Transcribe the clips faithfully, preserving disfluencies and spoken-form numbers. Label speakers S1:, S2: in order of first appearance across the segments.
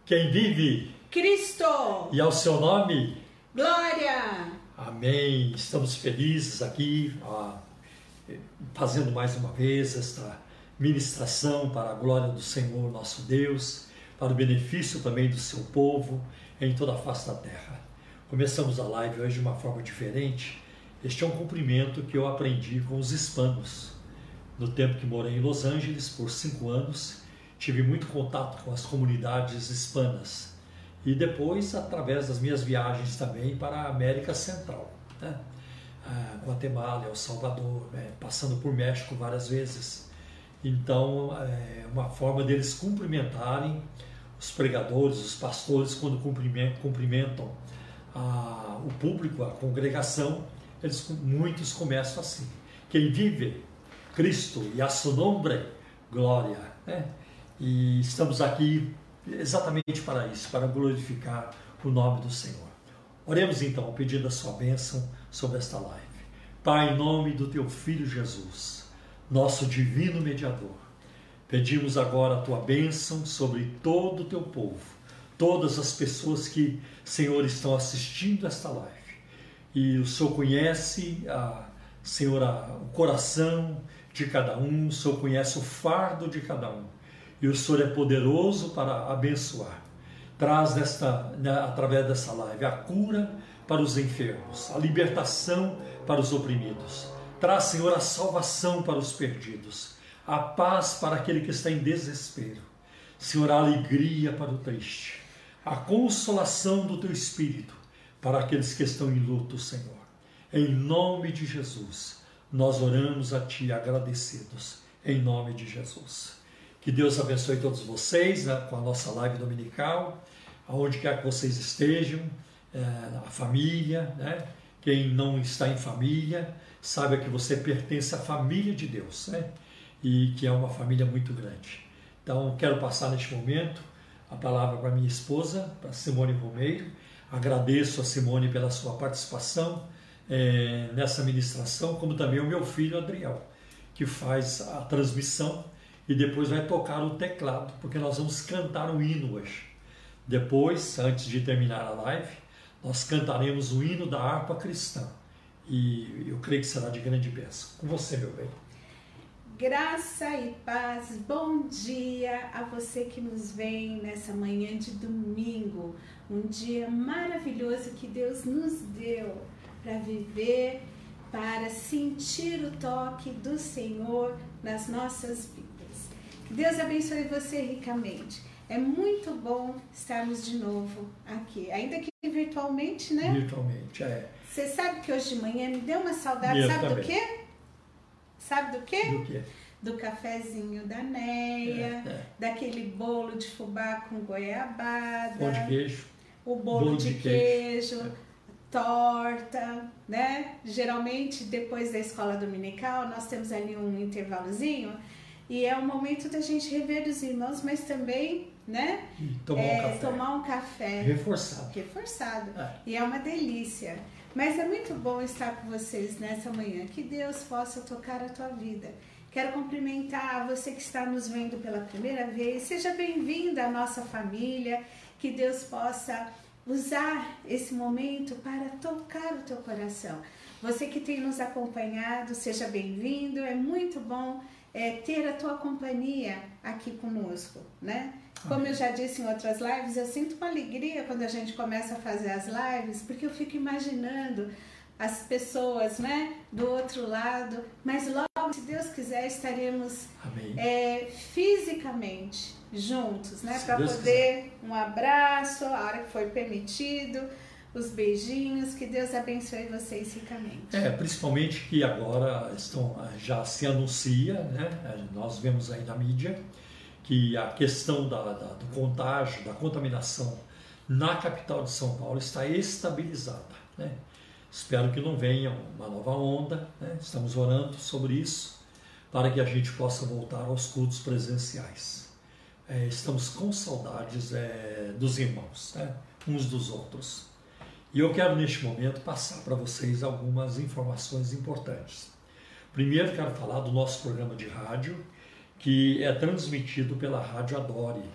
S1: quem vive,
S2: Cristo,
S1: e ao seu nome,
S2: glória.
S1: Amém. Estamos felizes aqui, ó, fazendo mais uma vez esta ministração para a glória do Senhor nosso Deus, para o benefício também do seu povo em toda a face da terra. Começamos a live hoje de uma forma diferente. Este é um cumprimento que eu aprendi com os hispanos. No tempo que morei em Los Angeles, por cinco anos, tive muito contato com as comunidades hispanas. E depois, através das minhas viagens também para a América Central, né? Ah, Guatemala, El Salvador, né? Passando por México várias vezes. Então, é uma forma deles cumprimentarem os pregadores, os pastores, quando cumprimentam, cumprimentam a, o público, a congregação, eles, muitos começam assim: quem vive, Cristo, e a seu nome, glória. Né? E estamos aqui exatamente para isso, para glorificar o nome do Senhor. Oremos então, pedindo a sua bênção sobre esta live. Pai, em nome do teu Filho Jesus, nosso divino mediador, pedimos agora a tua bênção sobre todo o teu povo, todas as pessoas que, Senhor, estão assistindo esta live. E o Senhor conhece, a, Senhor, a, o coração de cada um, o Senhor conhece o fardo de cada um. E o Senhor é poderoso para abençoar. Traz desta, né, através dessa live a cura para os enfermos, a libertação para os oprimidos. Traz, Senhor, a salvação para os perdidos, a paz para aquele que está em desespero. Senhor, a alegria para o triste, a consolação do teu Espírito para aqueles que estão em luto, Senhor. Em nome de Jesus, nós oramos a Ti agradecidos, em nome de Jesus. Que Deus abençoe todos vocês, né, com a nossa live dominical, aonde quer que vocês estejam, é, a família, né? Quem não está em família, saiba que você pertence à família de Deus, né? E que é uma família muito grande. Então, quero passar neste momento a palavra para minha esposa, para Simone Romeiro. Agradeço a Simone pela sua participação é, nessa ministração, como também o meu filho Adriel, que faz a transmissão e depois vai tocar o teclado, porque nós vamos cantar um hino hoje. Depois, antes de terminar a live, nós cantaremos o hino da harpa cristã. E eu creio que será de grande bênção. Com você, meu bem.
S2: Graça e paz, bom dia a você que nos vem nessa manhã de domingo. Um dia maravilhoso que Deus nos deu para viver, para sentir o toque do Senhor nas nossas vidas. Que Deus abençoe você ricamente. É muito bom estarmos de novo aqui, ainda que virtualmente, né?
S1: Virtualmente, é.
S2: Você sabe que hoje de manhã me deu uma saudade,
S1: Eu
S2: sabe
S1: também.
S2: do quê? Sabe do quê?
S1: Do quê?
S2: Do cafezinho da Neia,
S1: É, é.
S2: daquele bolo de fubá com goiabada,
S1: Pão de queijo.
S2: o bolo,
S1: bolo
S2: de,
S1: de
S2: queijo,
S1: queijo.
S2: torta, né? Geralmente, depois da escola dominical, nós temos ali um intervalozinho e é o momento da gente rever os irmãos, mas também, né?
S1: E tomar
S2: é,
S1: um café.
S2: tomar um café.
S1: Reforçado.
S2: Reforçado.
S1: É.
S2: E é uma delícia. Mas é muito bom estar com vocês nessa manhã. Que Deus possa tocar a tua vida. Quero cumprimentar você que está nos vendo pela primeira vez. Seja bem-vinda à nossa família. Que Deus possa usar esse momento para tocar o teu coração. Você que tem nos acompanhado, seja bem-vindo. É muito bom é, ter a tua companhia aqui conosco, né? Como eu já disse em outras lives, eu sinto uma alegria quando a gente começa a fazer as lives, porque eu fico imaginando as pessoas, né, do outro lado, mas logo, se Deus quiser, estaremos é, fisicamente juntos, né, para poder quiser. Um abraço, a hora que for permitido, os beijinhos, que Deus abençoe vocês ricamente.
S1: É, principalmente que agora estão, já se anuncia, né, nós vemos aí na mídia, que a questão da, da, do contágio, da contaminação na capital de São Paulo está estabilizada, né? Espero que não venha uma nova onda, né? Estamos orando sobre isso, para que a gente possa voltar aos cultos presenciais. É, estamos com saudades é, dos irmãos, né? Uns dos outros. E eu quero neste momento passar para vocês algumas informações importantes. Primeiro quero falar do nosso programa de rádio, que é transmitido pela Rádio Adore.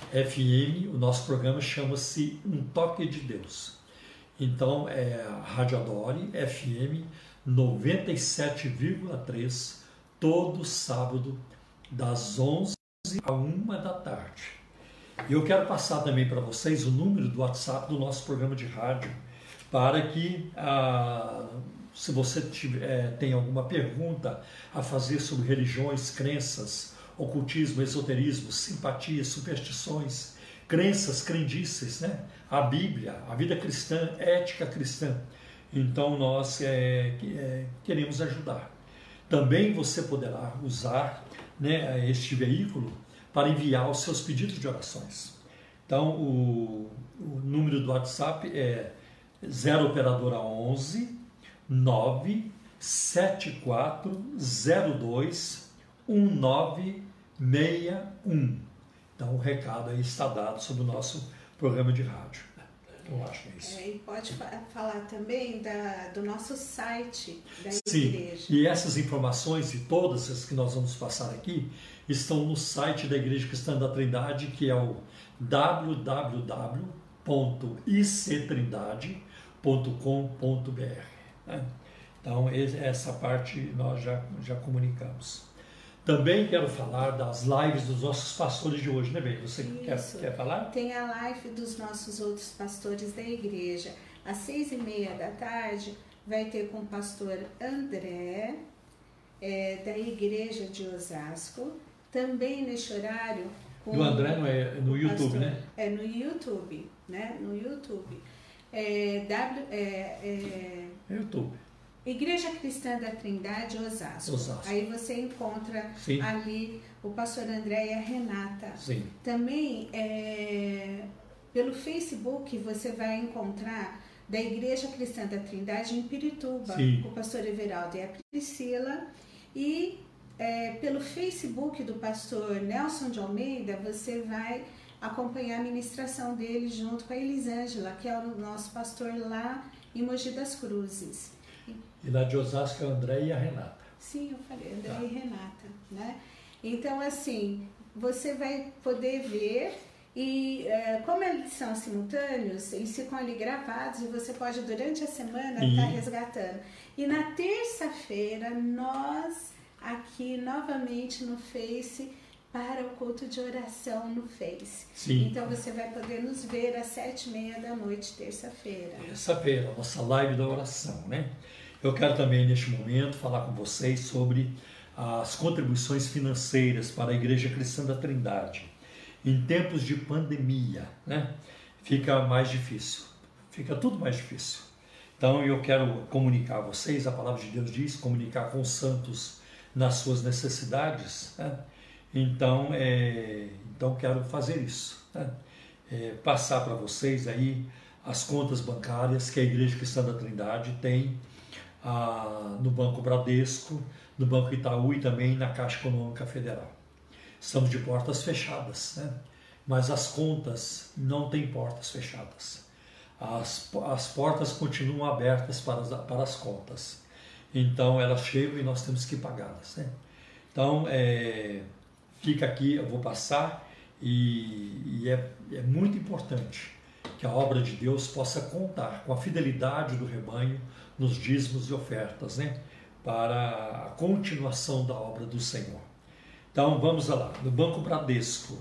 S1: F M, o nosso programa chama-se Um Toque de Deus. Então é a Rádio Adore F M noventa e sete vírgula três, todo sábado, das onze à uma da tarde. E eu quero passar também para vocês o número do WhatsApp do nosso programa de rádio, para que, ah, se você tiver, é, tem alguma pergunta a fazer sobre religiões, crenças, ocultismo, esoterismo, simpatias, superstições, crenças, crendices, né? A Bíblia, a vida cristã, ética cristã. Então nós é, é, queremos ajudar. Também você poderá usar, né, este veículo para enviar os seus pedidos de orações. Então o, o número do WhatsApp é zero operadora onze nove sete quatro zero dois um nove seis um. Então o recado aí está dado sobre o nosso programa de rádio. Eu acho isso.
S2: É, e pode fa- falar também da, do nosso site da
S1: Sim,
S2: igreja.
S1: e essas informações e todas as que nós vamos passar aqui estão no site da Igreja Cristã da Trindade, que é o w w w ponto i c trindade ponto com ponto b r. Né? Então essa parte nós já, já comunicamos. Também quero falar das lives dos nossos pastores de hoje, né, bem? Você quer, quer falar?
S2: Tem a live dos nossos outros pastores da igreja. Às seis e meia da tarde vai ter com o pastor André, é, da igreja de Osasco. Também neste horário... Com
S1: Do André não é no YouTube,
S2: pastor,
S1: né?
S2: É no YouTube, né? No YouTube. É, w, é, é,
S1: YouTube.
S2: Igreja Cristã da Trindade, Osasco.
S1: Osasco.
S2: Aí você encontra
S1: Sim.
S2: ali o pastor André e a Renata.
S1: Sim.
S2: Também é, pelo Facebook você vai encontrar da Igreja Cristã da Trindade em Pirituba,
S1: Sim.
S2: o pastor Everaldo e a Priscila. E é, pelo Facebook do pastor Nelson de Almeida você vai acompanhar a ministração dele junto com a Elisângela, que é o nosso pastor lá em Mogi das Cruzes.
S1: E lá de Osasco é o André e a Renata.
S2: Sim, eu falei, André
S1: Tá.
S2: e Renata, né? Então, assim, você vai poder ver e é, como eles são simultâneos, eles ficam ali gravados e você pode, durante a semana, estar
S1: E-
S2: resgatando. E na terça-feira, nós aqui novamente no Face para o culto de oração no Face.
S1: Sim.
S2: Então, você vai poder nos ver às sete e meia da noite, terça-feira.
S1: Terça-feira, a nossa live da oração, né? Eu quero também, neste momento, falar com vocês sobre as contribuições financeiras para a Igreja Cristã da Trindade. Em tempos de pandemia, né? Fica mais difícil, fica tudo mais difícil. Então, eu quero comunicar a vocês, a palavra de Deus diz, comunicar com os santos nas suas necessidades, né? Então, é, então, quero fazer isso, né? É, passar para vocês aí as contas bancárias que a Igreja Cristã da Trindade tem ah, no Banco Bradesco, no Banco Itaú e também na Caixa Econômica Federal. Estamos de portas fechadas, né? Mas as contas não têm portas fechadas. As, as portas continuam abertas para as, para as contas. Então, elas chegam e nós temos que pagá-las, né? Então, é, fica aqui, eu vou passar, e, e é, é muito importante que a obra de Deus possa contar com a fidelidade do rebanho nos dízimos e ofertas, né? Para a continuação da obra do Senhor. Então, vamos lá. No Banco Bradesco,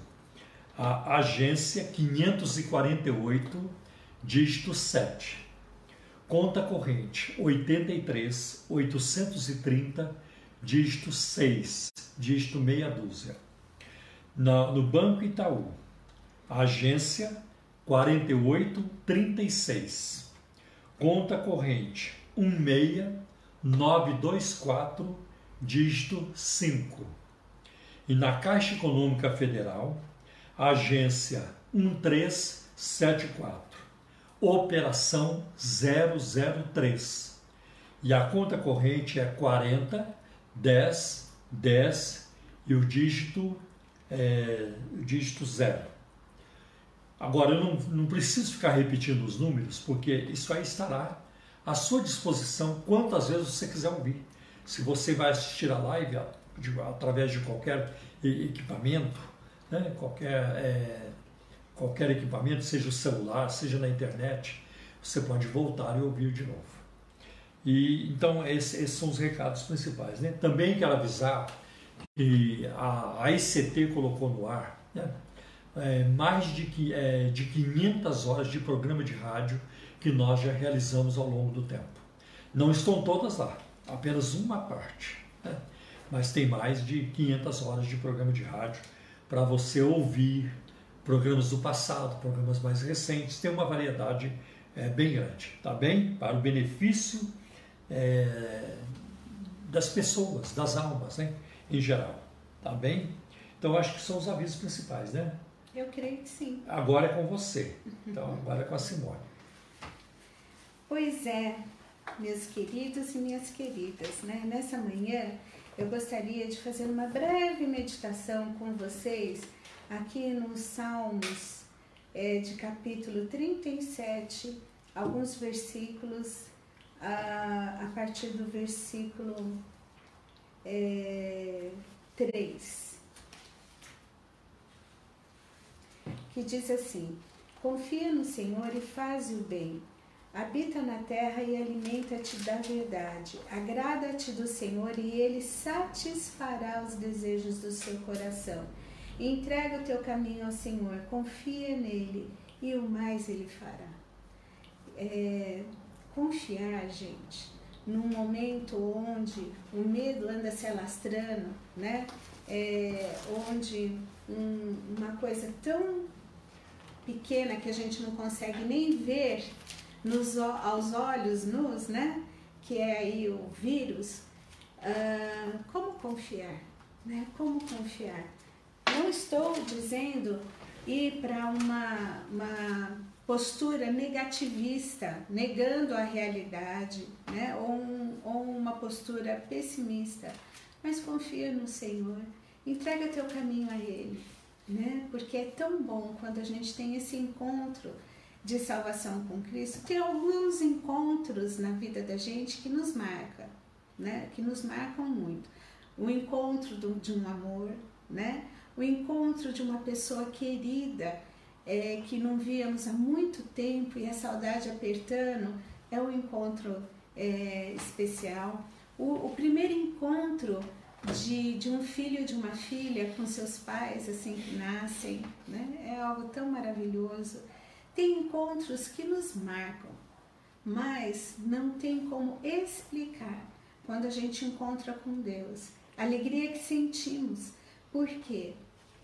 S1: a agência quinhentos e quarenta e oito, dígito sete. Conta corrente oitenta e três, oitocentos e trinta, dígito seis, dígito meia dúzia. Na, no Banco Itaú, a agência quarenta e oito, trinta e seis. Conta corrente um seis nove dois quatro, dígito cinco. E na Caixa Econômica Federal, a agência um três sete quatro, operação zero zero três. E a conta corrente é quarenta, dez, dez e o dígito, é, o dígito zero. Agora, eu não, não preciso ficar repetindo os números, porque isso aí estará à sua disposição quantas vezes você quiser ouvir. Se você vai assistir a live de, através de qualquer equipamento, né, qualquer é, qualquer equipamento, seja o celular, seja na internet, você pode voltar e ouvir de novo. E, então, esses, esses são os recados principais, né? Também quero avisar que a, a I C T colocou no ar, né, é, mais de, que, é, de quinhentas horas de programa de rádio que nós já realizamos ao longo do tempo. Não estão todas lá, apenas uma parte, né? Mas tem mais de quinhentas horas de programa de rádio para você ouvir programas do passado, programas mais recentes, tem uma variedade é, bem grande, tá bem? Para o benefício é, das pessoas, das almas, né? Em geral, tá bem? Então acho que são os avisos principais, né?
S2: Eu creio que sim.
S1: Agora é com você, então agora é com a Simone.
S2: Pois é, meus queridos e minhas queridas, né? Nessa manhã eu gostaria de fazer uma breve meditação com vocês aqui nos Salmos é, de capítulo trinta e sete, alguns versículos, a, a partir do versículo é, três, que diz assim: confia no Senhor e faze o bem. Habita na terra e alimenta-te da verdade. Agrada-te do Senhor e Ele satisfará os desejos do seu coração. Entrega o teu caminho ao Senhor, confia nele e o mais Ele fará. É, confiar, gente, num momento onde o medo anda se alastrando, né? É, onde um, uma coisa tão pequena que a gente não consegue nem ver Nos, aos olhos nus, né? Que é aí o vírus. Ah, como confiar, né? Como confiar? Não estou dizendo ir para uma, uma postura negativista, negando a realidade, né? Ou, um, ou uma postura pessimista, mas confia no Senhor, entrega teu caminho a Ele, né? Porque é tão bom quando a gente tem esse encontro de salvação com Cristo. Tem alguns encontros na vida da gente que nos marcam, né? Que nos marcam muito. O encontro do, de um amor, né? O encontro de uma pessoa querida é, que não víamos há muito tempo e a saudade apertando, é um encontro é, especial. O, o primeiro encontro de, de um filho e de uma filha com seus pais, assim que nascem, né? É algo tão maravilhoso. Tem encontros que nos marcam, mas não tem como explicar quando a gente encontra com Deus. A alegria que sentimos, porque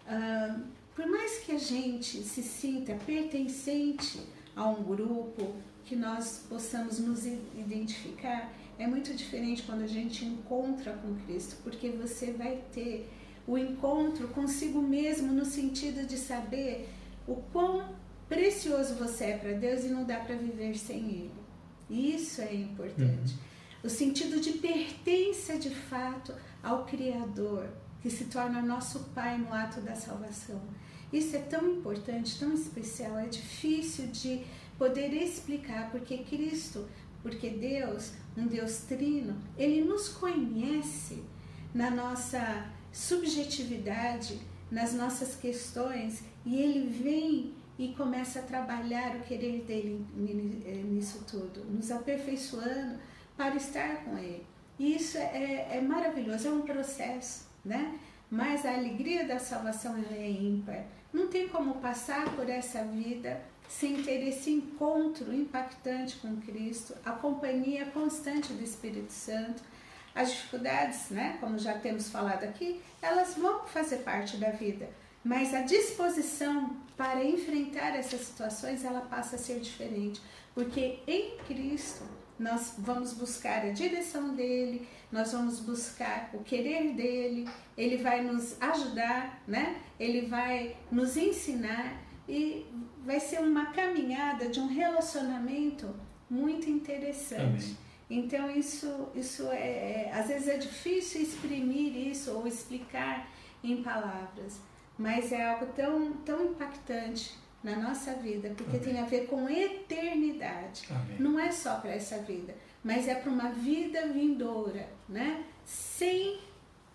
S2: ah, por mais que a gente se sinta pertencente a um grupo, que nós possamos nos identificar, é muito diferente quando a gente encontra com Cristo, porque você vai ter o encontro consigo mesmo no sentido de saber o quão precioso você é para Deus e não dá para viver sem Ele. Isso é importante. Uhum. O sentido de pertença de fato ao Criador, que se torna nosso Pai no ato da salvação. Isso é tão importante, tão especial, é difícil de poder explicar, porque Cristo, porque Deus, um Deus trino, Ele nos conhece na nossa subjetividade, nas nossas questões, e Ele vem e começa a trabalhar o querer dele nisso tudo, nos aperfeiçoando para estar com Ele. E isso é, é maravilhoso, é um processo, né? Mas a alegria da salvação ela é ímpar. Não tem como passar por essa vida sem ter esse encontro impactante com Cristo, a companhia constante do Espírito Santo. As dificuldades, né, como já temos falado aqui, elas vão fazer parte da vida, mas a disposição para enfrentar essas situações, ela passa a ser diferente, porque em Cristo nós vamos buscar a direção dele, nós vamos buscar o querer dele, ele vai nos ajudar, né? Ele vai nos ensinar e vai ser uma caminhada de um relacionamento muito interessante. Amém. Então isso, isso é, às vezes é difícil exprimir isso ou explicar em palavras, mas é algo tão, tão impactante na nossa vida, porque Amém. Tem a ver com eternidade. Amém. Não é só para essa vida, mas é para uma vida vindoura, né? Sem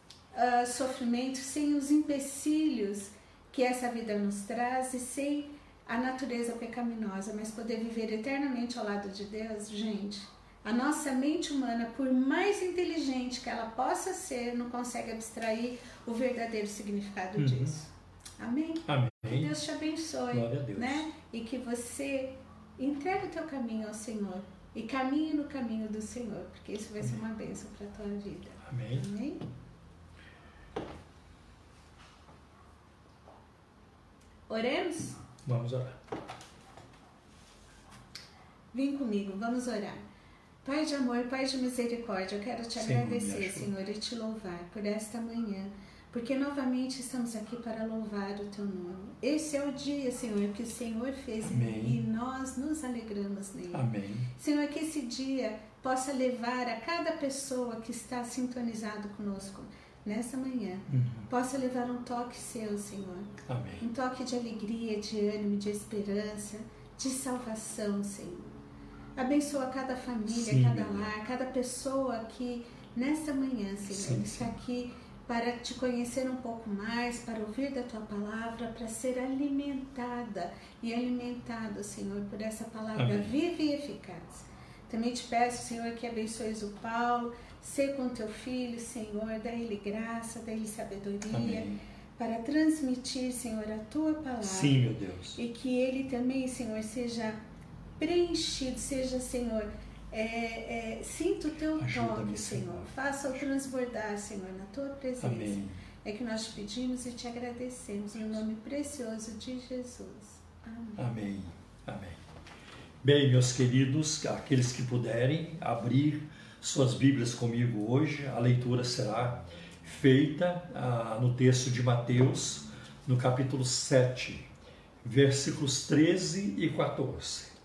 S2: uh, sofrimento, sem os empecilhos que essa vida nos traz e sem a natureza pecaminosa, mas poder viver eternamente ao lado de Deus, gente, a nossa mente humana, por mais inteligente que ela possa ser, não consegue abstrair o verdadeiro significado
S1: uhum.
S2: disso. Amém?
S1: Amém.
S2: Que Deus te abençoe.
S1: Glória a Deus.
S2: Né? E que você entregue o teu caminho ao Senhor e caminhe no caminho do Senhor, porque isso vai Amém. Ser uma bênção para a tua vida.
S1: Amém.
S2: Amém? Oremos?
S1: Vamos orar.
S2: Vem comigo, vamos orar. Pai de amor, Pai de misericórdia, eu quero te
S1: Senhor,
S2: agradecer, Senhor, e te louvar por esta manhã, porque novamente estamos aqui para louvar o teu nome. Esse é o dia, Senhor, que o Senhor fez
S1: Amém.
S2: E nós nos alegramos nele.
S1: Amém.
S2: Senhor, que esse dia possa levar a cada pessoa que está sintonizado conosco nessa manhã, uhum. possa levar um toque seu, Senhor.
S1: Amém.
S2: Um toque de alegria, de ânimo, de esperança, de salvação, Senhor. Abençoa cada família, Sim, cada lar, cada pessoa que nesta manhã, Senhor, Sim. está aqui para te conhecer um pouco mais, para ouvir da tua palavra, para ser alimentada e alimentado, Senhor, por essa palavra Amém. Viva e eficaz. Também te peço, Senhor, que abençoes o Paulo, ser com teu filho, Senhor, dá ele graça, dá ele sabedoria, Amém. Para transmitir, Senhor, a tua palavra.
S1: Sim, meu Deus.
S2: E que ele também, Senhor, seja preenchido, seja, Senhor, é, é, sinta o teu toque, Senhor. Senhor. Faça-o transbordar, Senhor, na tua presença. Amém. É que nós te pedimos e te agradecemos, no nome precioso de Jesus. Amém.
S1: Amém. Amém. Bem, meus queridos, aqueles que puderem abrir suas Bíblias comigo hoje, a leitura será feita ah, no texto de Mateus, no capítulo sete, versículos treze e quatorze.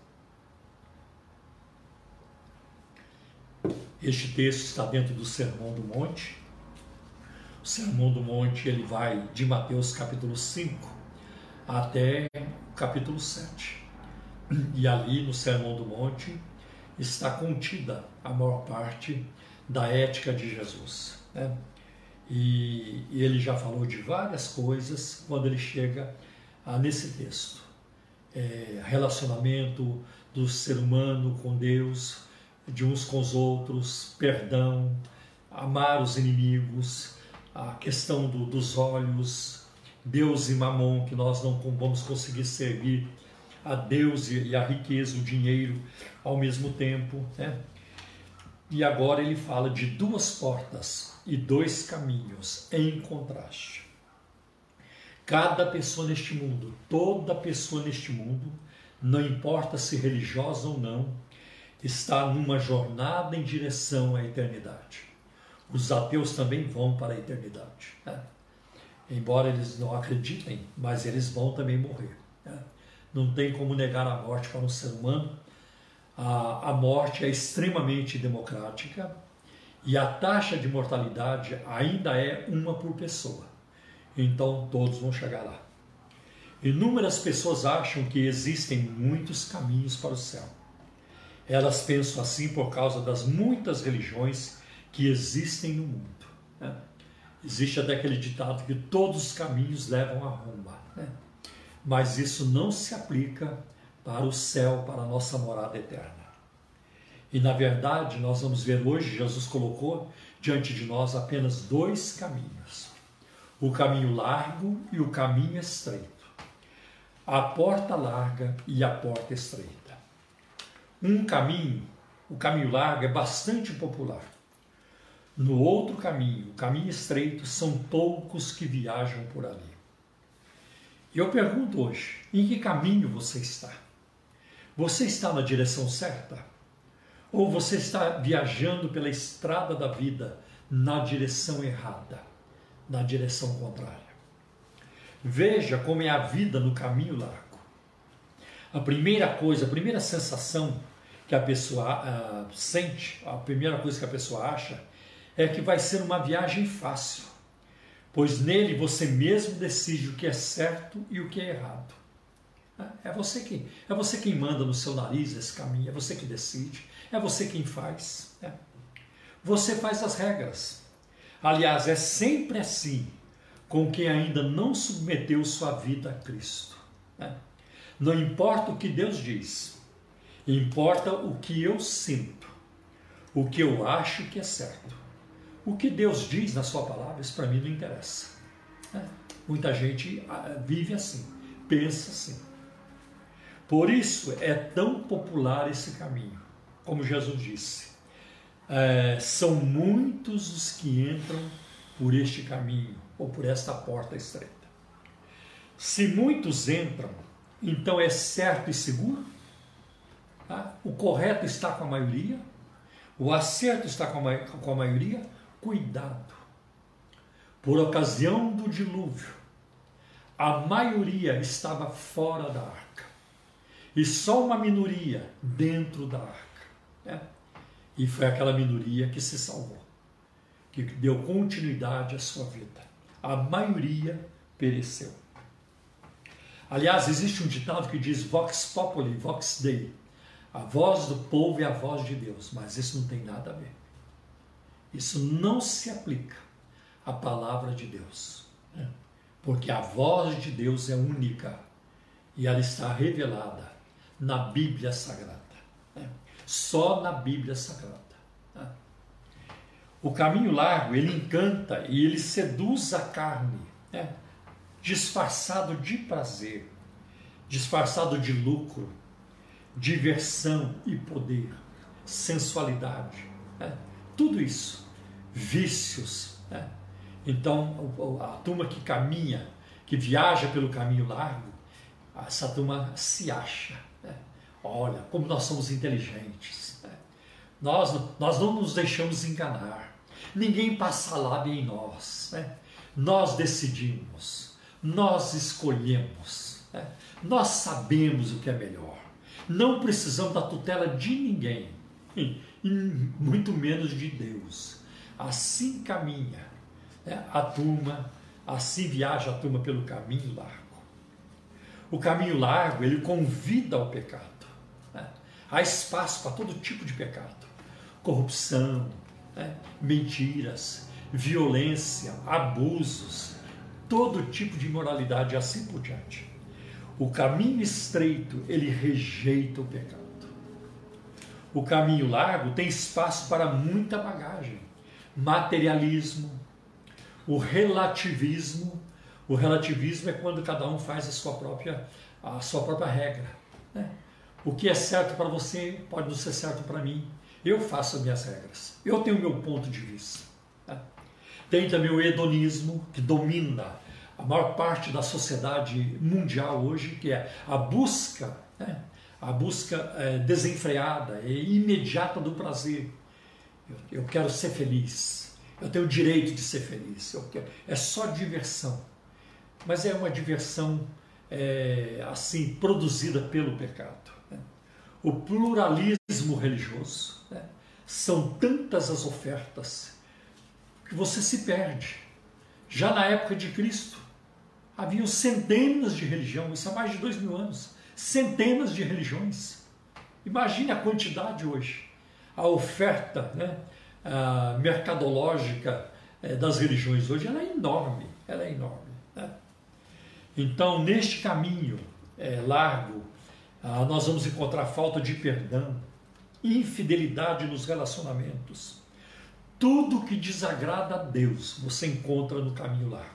S1: Este texto está dentro do Sermão do Monte. O Sermão do Monte ele vai de Mateus capítulo cinco até o capítulo sete. E ali no Sermão do Monte está contida a maior parte da ética de Jesus, né? E, e ele já falou de várias coisas quando ele chega a, nesse texto. É, relacionamento do ser humano com Deus, de uns com os outros, perdão, amar os inimigos, a questão do, dos olhos, Deus e Mamon, que nós não vamos conseguir servir a Deus e a riqueza, o dinheiro ao mesmo tempo, né? E agora ele fala de duas portas e dois caminhos em contraste. Cada pessoa neste mundo, toda pessoa neste mundo, não importa se religiosa ou não, está numa jornada em direção à eternidade. Os ateus também vão para a eternidade, né? Embora eles não acreditem, mas eles vão também morrer, né? Não tem como negar a morte para um ser humano. A, a morte é extremamente democrática e a taxa de mortalidade ainda é uma por pessoa. Então todos vão chegar lá. Inúmeras pessoas acham que existem muitos caminhos para o céu. Elas pensam assim por causa das muitas religiões que existem no mundo, né? Existe até aquele ditado que todos os caminhos levam a Roma, né? Mas isso não se aplica para o céu, para a nossa morada eterna. E na verdade nós vamos ver hoje, Jesus colocou diante de nós apenas dois caminhos. O caminho largo e o caminho estreito. A porta larga e a porta estreita. Um caminho, o caminho largo, é bastante popular. No outro caminho, o caminho estreito, são poucos que viajam por ali. E eu pergunto hoje, em que caminho você está? Você está na direção certa? Ou você está viajando pela estrada da vida na direção errada, na direção contrária? Veja como é a vida no caminho largo. A primeira coisa, a primeira sensação que a pessoa uh, sente, a primeira coisa que a pessoa acha, é que vai ser uma viagem fácil, pois nele você mesmo decide o que é certo e o que é errado. É você, que, é você quem manda no seu nariz esse caminho, é você que decide, é você quem faz. Né? Você faz as regras. Aliás, é sempre assim com quem ainda não submeteu sua vida a Cristo. Né? Não importa o que Deus diz, importa o que eu sinto, o que eu acho que é certo. O que Deus diz na sua palavra, isso para mim não interessa. É. Muita gente vive assim, pensa assim. Por isso é tão popular esse caminho, como Jesus disse. É, são muitos os que entram por este caminho, ou por esta porta estreita. Se muitos entram, então é certo e seguro? Tá? O correto está com a maioria? O acerto está com a, ma com a maioria? Cuidado! Por ocasião do dilúvio, a maioria estava fora da arca. E só uma minoria dentro da arca. Né? E foi aquela minoria que se salvou, que deu continuidade à sua vida. A maioria pereceu. Aliás, existe um ditado que diz vox populi, vox dei. A voz do povo é a voz de Deus, mas isso não tem nada a ver. Isso não se aplica à palavra de Deus, né? Porque a voz de Deus é única e ela está revelada na Bíblia Sagrada, né? Só na Bíblia Sagrada, né? O caminho largo, ele encanta e ele seduz a carne, né? Disfarçado de prazer, disfarçado de lucro, diversão e poder, sensualidade, né? Tudo isso, vícios, né? Então, a turma que caminha, que viaja pelo caminho largo, essa turma se acha, né? Olha, como nós somos inteligentes, né? Nós, nós não nos deixamos enganar, ninguém passa lábia em nós, né? Nós decidimos, nós escolhemos, né? Nós sabemos o que é melhor, não precisamos da tutela de ninguém, e, e muito menos de Deus. Assim caminha, né, a turma, assim viaja a turma pelo caminho largo. O caminho largo, ele convida ao pecado, né? Há espaço para todo tipo de pecado, corrupção, né, mentiras, violência, abusos, todo tipo de imoralidade e assim por diante. O caminho estreito, ele rejeita o pecado. O caminho largo tem espaço para muita bagagem, materialismo, o relativismo. O relativismo é quando cada um faz a sua própria, a sua própria regra, né? O que é certo para você pode não ser certo para mim. Eu faço as minhas regras, eu tenho o meu ponto de vista, né? Tem também o hedonismo, que domina a maior parte da sociedade mundial hoje, que é a busca, né? A busca é, desenfreada e imediata do prazer. Eu, eu quero ser feliz, eu tenho o direito de ser feliz, eu quero, é só diversão. Mas é uma diversão é, assim produzida pelo pecado, né? O pluralismo religioso, né? São tantas as ofertas que você se perde. Já na época de Cristo, haviam centenas de religiões, isso há mais de dois mil anos, centenas de religiões. Imagine a quantidade hoje, a oferta, né, a mercadológica é, das religiões hoje, ela é enorme, ela é enorme, né? Então, neste caminho é, largo, ah, nós vamos encontrar falta de perdão, infidelidade nos relacionamentos. Tudo que desagrada a Deus, você encontra no caminho largo.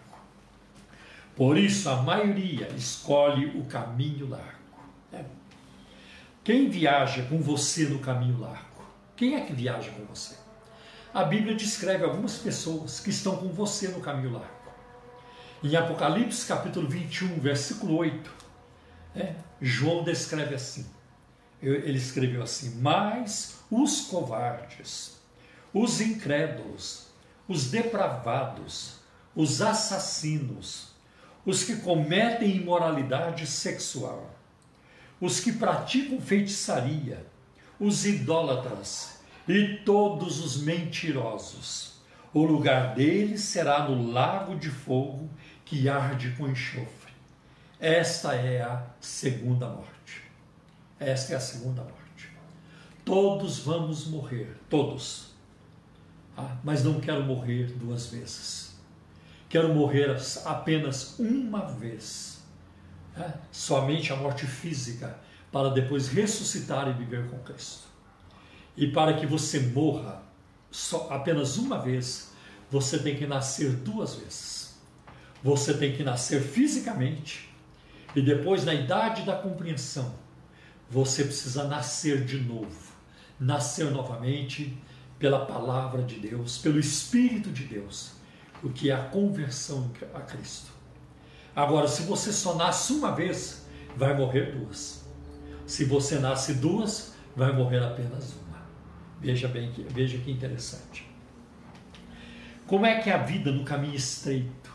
S1: Por isso, a maioria escolhe o caminho largo. Né? Quem viaja com você no caminho largo? Quem é que viaja com você? A Bíblia descreve algumas pessoas que estão com você no caminho largo. Em Apocalipse, capítulo vinte e um, versículo oito, né, João descreve assim, ele escreveu assim: mas os covardes, os incrédulos, os depravados, os assassinos, os que cometem imoralidade sexual, os que praticam feitiçaria, os idólatras e todos os mentirosos, o lugar deles será no lago de fogo que arde com enxofre. Esta é a segunda morte. Esta é a segunda morte. Todos vamos morrer, todos. Ah, mas não quero morrer duas vezes. Quero morrer apenas uma vez. né? Somente a morte física, para depois ressuscitar e viver com Cristo. E para que você morra só apenas uma vez, você tem que nascer duas vezes. Você tem que nascer fisicamente e depois, na idade da compreensão, você precisa nascer de novo. Nascer novamente pela palavra de Deus, pelo Espírito de Deus, o que é a conversão a Cristo. Agora, se você só nasce uma vez, vai morrer duas. Se você nasce duas, vai morrer apenas uma. Veja bem, veja que interessante. Como é que é a vida no caminho estreito?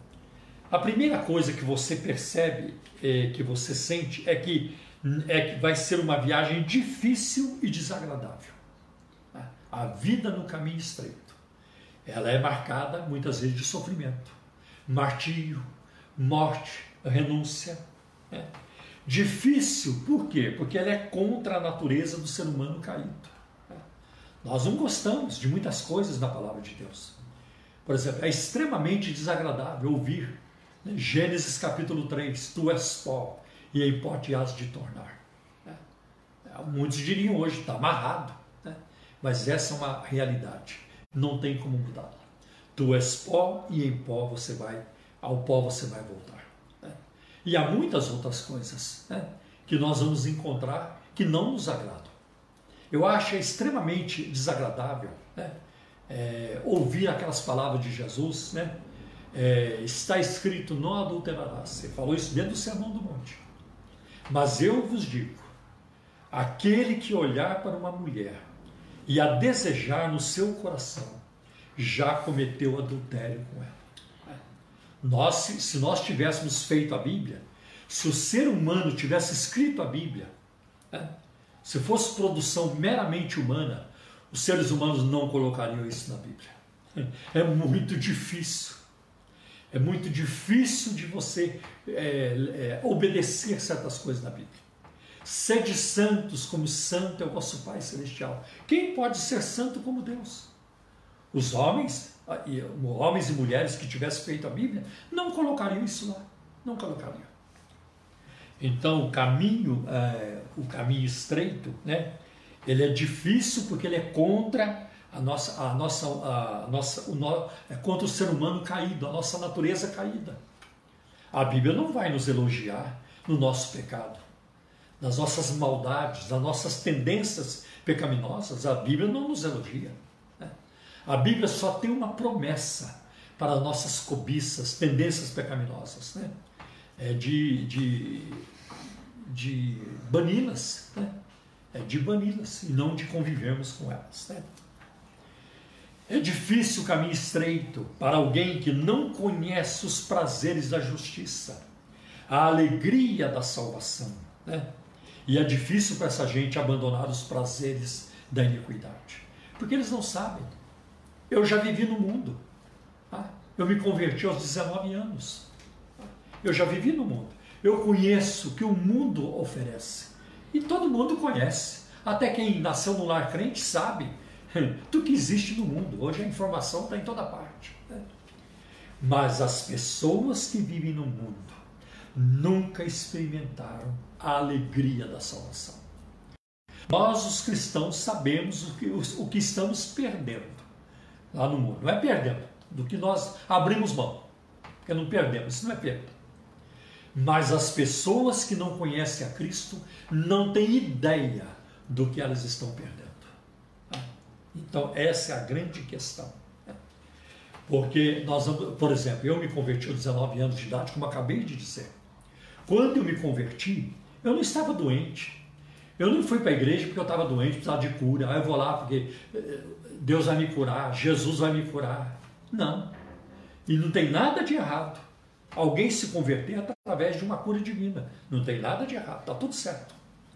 S1: A primeira coisa que você percebe, é, que você sente, é que, é que vai ser uma viagem difícil e desagradável. A vida no caminho estreito. Ela é marcada muitas vezes de sofrimento, martírio, morte, renúncia. Né? Difícil, por quê? Porque ela é contra a natureza do ser humano caído. Nós não gostamos de muitas coisas na palavra de Deus. Por exemplo, é extremamente desagradável ouvir, né, Gênesis capítulo três, tu és pó e em pó te hás de tornar. Né? Muitos diriam hoje, está amarrado, né? Mas essa é uma realidade, não tem como mudá-la. Tu és pó e em pó você vai, ao pó você vai voltar. Né? E há muitas outras coisas, né, que nós vamos encontrar que não nos agradam. Eu acho extremamente desagradável, né, é, ouvir aquelas palavras de Jesus, né, é, está escrito, não adulterarás. Você falou isso dentro do Sermão do Monte. Mas eu vos digo, aquele que olhar para uma mulher e a desejar no seu coração, já cometeu adultério com ela. Nós, se nós tivéssemos feito a Bíblia, se o ser humano tivesse escrito a Bíblia, né, se fosse produção meramente humana, os seres humanos não colocariam isso na Bíblia. É muito difícil. É muito difícil de você é, é, obedecer certas coisas na Bíblia. Sede santos como santo é o vosso Pai Celestial. Quem pode ser santo como Deus? Os homens, homens e mulheres que tivessem feito a Bíblia, não colocariam isso lá. Não colocariam. Então, o caminho, é, o caminho estreito, né, ele é difícil porque ele é contra a nossa, a nossa, a nossa, o no, é contra o ser humano caído, a nossa natureza caída. A Bíblia não vai nos elogiar no nosso pecado, nas nossas maldades, nas nossas tendências pecaminosas. A Bíblia não nos elogia. Né? A Bíblia só tem uma promessa para nossas cobiças, tendências pecaminosas, né? É de, de, de bani-las, né? É de bani-las e não de convivermos com elas. Né? É difícil o caminho estreito para alguém que não conhece os prazeres da justiça, a alegria da salvação. Né? E é difícil para essa gente abandonar os prazeres da iniquidade, porque eles não sabem. Eu já vivi no mundo. Tá? Eu me converti aos dezenove anos. Eu já vivi no mundo. Eu conheço o que o mundo oferece. E todo mundo conhece. Até quem nasceu no lar crente sabe do que existe no mundo. Hoje a informação está em toda parte. Né? Mas as pessoas que vivem no mundo nunca experimentaram a alegria da salvação. Nós, os cristãos, sabemos o que, o que estamos perdendo lá no mundo. Não é perdendo, do que nós abrimos mão. Porque não perdemos, isso não é perda. Mas as pessoas que não conhecem a Cristo não têm ideia do que elas estão perdendo. Então, essa é a grande questão. Porque nós, por exemplo, eu me converti aos dezenove anos de idade, como acabei de dizer. Quando eu me converti, eu não estava doente. Eu não fui para a igreja porque eu estava doente, precisava de cura. Ah, eu vou lá porque Deus vai me curar, Jesus vai me curar. Não. E não tem nada de errado alguém se converter através de uma cura divina. Não tem nada de errado, está tudo certo.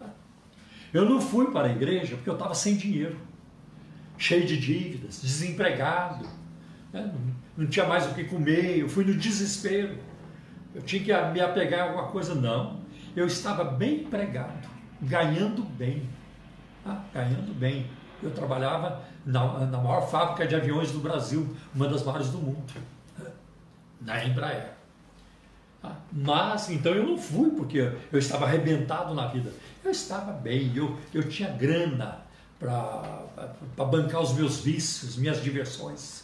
S1: Eu não fui para a igreja porque eu estava sem dinheiro, cheio de dívidas, desempregado, né? não, não tinha mais o que comer, eu fui no desespero, eu tinha que me apegar a alguma coisa. Não, eu estava bem empregado, ganhando bem, tá? ganhando bem. Eu trabalhava na, na maior fábrica de aviões do Brasil, uma das maiores do mundo, na Embraer. Mas, então eu não fui porque eu estava arrebentado na vida. Eu estava bem, eu, eu tinha grana para bancar os meus vícios, minhas diversões.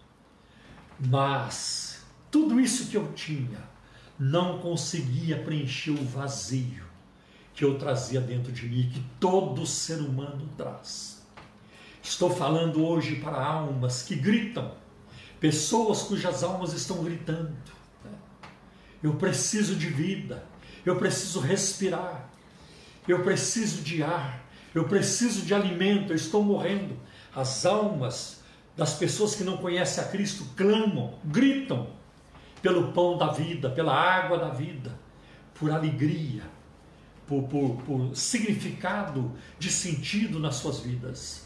S1: Mas tudo isso que eu tinha não conseguia preencher o vazio que eu trazia dentro de mim, que todo ser humano traz. Estou falando hoje para almas que gritam, pessoas cujas almas estão gritando. Eu preciso de vida, eu preciso respirar, eu preciso de ar, eu preciso de alimento, eu estou morrendo. As almas das pessoas que não conhecem a Cristo clamam, gritam pelo pão da vida, pela água da vida, por alegria, por, por, por significado de sentido nas suas vidas.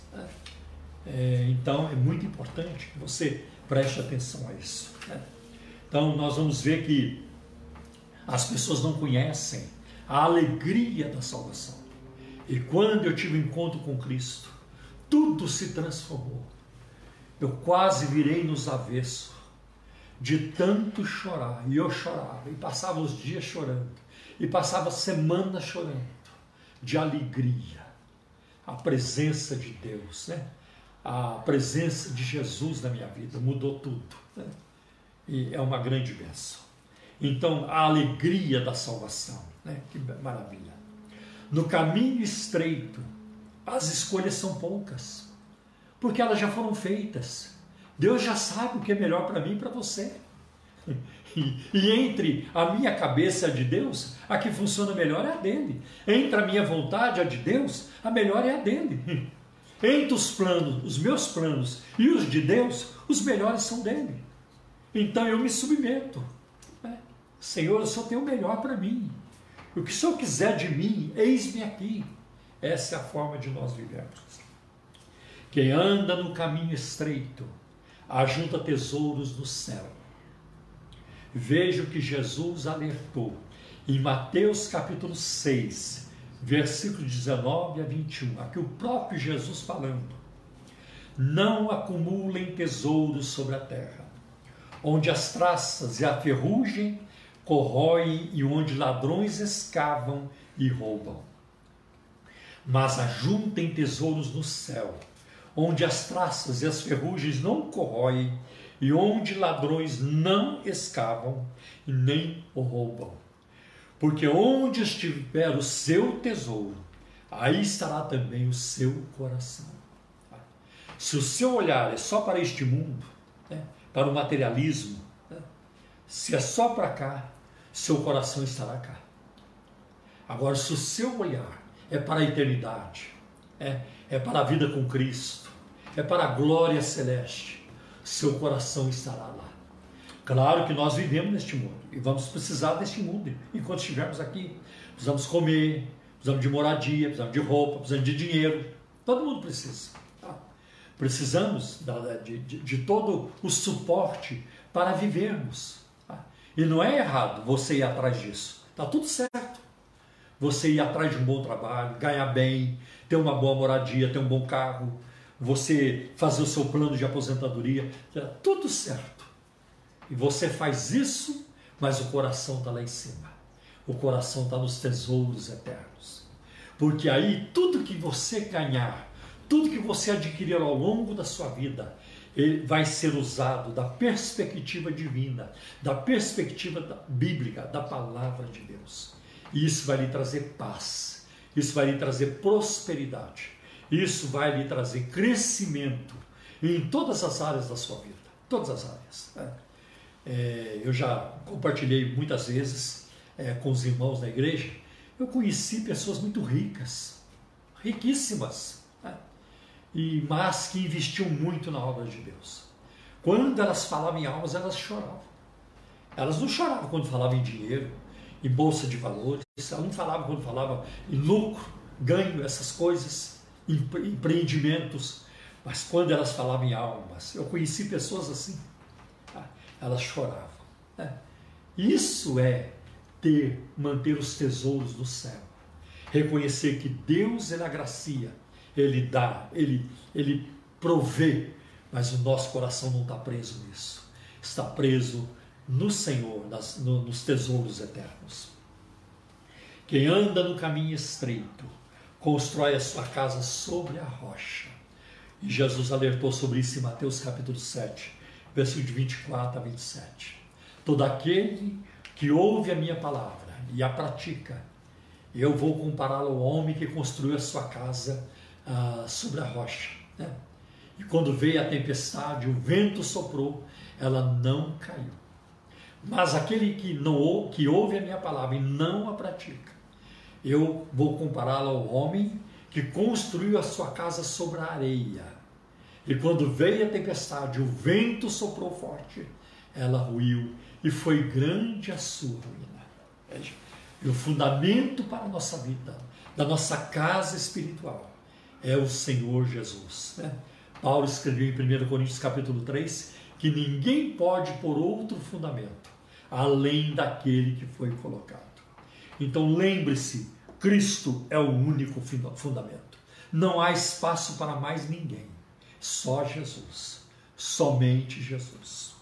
S1: É, então é muito importante que você preste atenção a isso. Então nós vamos ver que as pessoas não conhecem a alegria da salvação. E quando eu tive um encontro com Cristo, tudo se transformou. Eu quase virei nos avessos de tanto chorar. E eu chorava, e passava os dias chorando, e passava semanas chorando, de alegria. A presença de Deus, né? A presença de Jesus na minha vida mudou tudo, né? E é uma grande bênção. Então, a alegria da salvação, né? Que maravilha. No caminho estreito, as escolhas são poucas, porque elas já foram feitas. Deus já sabe o que é melhor para mim e para você. E, e entre a minha cabeça e a de Deus, a que funciona melhor é a dele. Entre a minha vontade e a de Deus, a melhor é a dele. Entre os planos, os meus planos e os de Deus, os melhores são dele. Então eu me submeto. Senhor, o Senhor tem o melhor para mim. O que o Senhor quiser de mim, eis-me aqui. Essa é a forma de nós vivermos. Quem anda no caminho estreito, ajunta tesouros no céu. Veja o que Jesus alertou em Mateus capítulo seis, versículo dezenove a vinte e um. Aqui o próprio Jesus falando. Não acumulem tesouros sobre a terra, onde as traças e a ferrugem corroem e onde ladrões escavam e roubam. Mas ajuntem tesouros no céu, onde as traças e as ferrugens não corroem e onde ladrões não escavam e nem o roubam. Porque onde estiver o seu tesouro, aí estará também o seu coração. Se o seu olhar é só para este mundo, né, para o materialismo, né, se é só para cá, seu coração estará cá. Agora, se o seu olhar é para a eternidade, é, é para a vida com Cristo, é para a glória celeste, seu coração estará lá. Claro que nós vivemos neste mundo e vamos precisar deste mundo enquanto estivermos aqui. Precisamos comer, precisamos de moradia, precisamos de roupa, precisamos de dinheiro. Todo mundo precisa. Tá? Precisamos de, de, de todo o suporte para vivermos. Tá? E não é errado você ir atrás disso. Está tudo certo. Você ir atrás de um bom trabalho, ganhar bem, ter uma boa moradia, ter um bom carro, você fazer o seu plano de aposentadoria, está tudo certo. E você faz isso, mas o coração está lá em cima. O coração está nos tesouros eternos. Porque aí tudo que você ganhar, tudo que você adquirir ao longo da sua vida, ele vai ser usado da perspectiva divina, da perspectiva bíblica, da palavra de Deus. E isso vai lhe trazer paz, isso vai lhe trazer prosperidade, isso vai lhe trazer crescimento em todas as áreas da sua vida, todas as áreas. Né? É, eu já compartilhei muitas vezes é, com os irmãos da igreja, eu conheci pessoas muito ricas, riquíssimas, né? e, mas que investiam muito na obra de Deus. Quando elas falavam em almas, elas choravam. Elas não choravam quando falavam em dinheiro, em bolsa de valores, elas não falavam quando falavam em lucro, ganho, essas coisas, empreendimentos, mas quando elas falavam em almas, eu conheci pessoas assim, elas choravam. Né? Isso é ter, manter os tesouros do céu. Reconhecer que Deus, Ele agracia, Ele dá, Ele, Ele provê, mas o nosso coração não está preso nisso. Está preso no Senhor, nas, no, nos tesouros eternos. Quem anda no caminho estreito, constrói a sua casa sobre a rocha. E Jesus alertou sobre isso em Mateus capítulo sete, versículo de vinte e quatro a vinte e sete. Todo aquele que ouve a minha palavra e a pratica, eu vou compará-lo ao homem que construiu a sua casa ah, sobre a rocha, né? E quando veio a tempestade, o vento soprou, ela não caiu. Mas aquele que, não, que ouve a minha palavra e não a pratica, eu vou compará-lo ao homem que construiu a sua casa sobre a areia. E quando veio a tempestade, o vento soprou forte, ela ruiu, e foi grande a sua ruína. E o fundamento para a nossa vida, da nossa casa espiritual, é o Senhor Jesus, né? Paulo escreveu em primeiro Coríntios capítulo três, que ninguém pode pôr outro fundamento, além daquele que foi colocado. Então lembre-se, Cristo é o único fundamento. Não há espaço para mais ninguém. Só Jesus. Somente Jesus.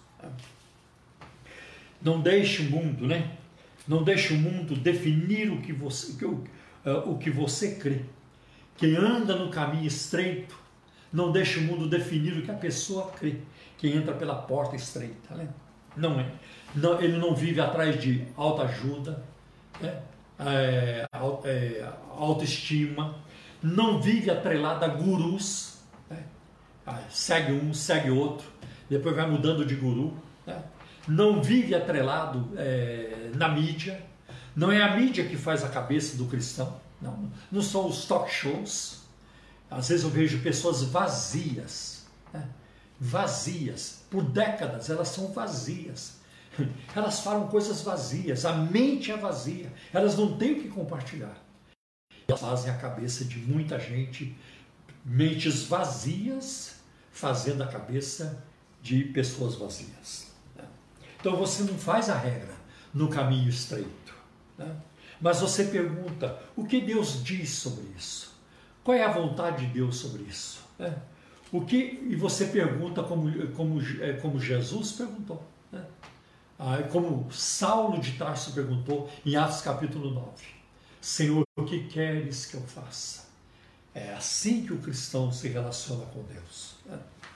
S1: Não deixe o mundo, né? Não deixe o mundo definir o que você, o, o que você crê. Quem anda no caminho estreito, não deixe o mundo definir o que a pessoa crê. Quem entra pela porta estreita, né? Não é. Não, ele não vive atrás de autoajuda, né? É, é, autoestima, não vive atrelado a gurus, né? Segue um, segue outro, depois vai mudando de guru, né? Não vive atrelado é, na mídia, não é a mídia que faz a cabeça do cristão, não, não são os talk shows. Às vezes eu vejo pessoas vazias, né? Vazias, por décadas elas são vazias. Elas falam coisas vazias, a mente é vazia, elas não têm o que compartilhar. Elas fazem a cabeça de muita gente, mentes vazias, fazendo a cabeça de pessoas vazias. Então você não faz a regra no caminho estreito, né? Mas você pergunta, o que Deus diz sobre isso? Qual é a vontade de Deus sobre isso? Né? O que, e você pergunta como, como, como Jesus perguntou, né? Como Saulo de Tarso perguntou em Atos capítulo nove, Senhor, o que queres que eu faça? É assim que o cristão se relaciona com Deus, né?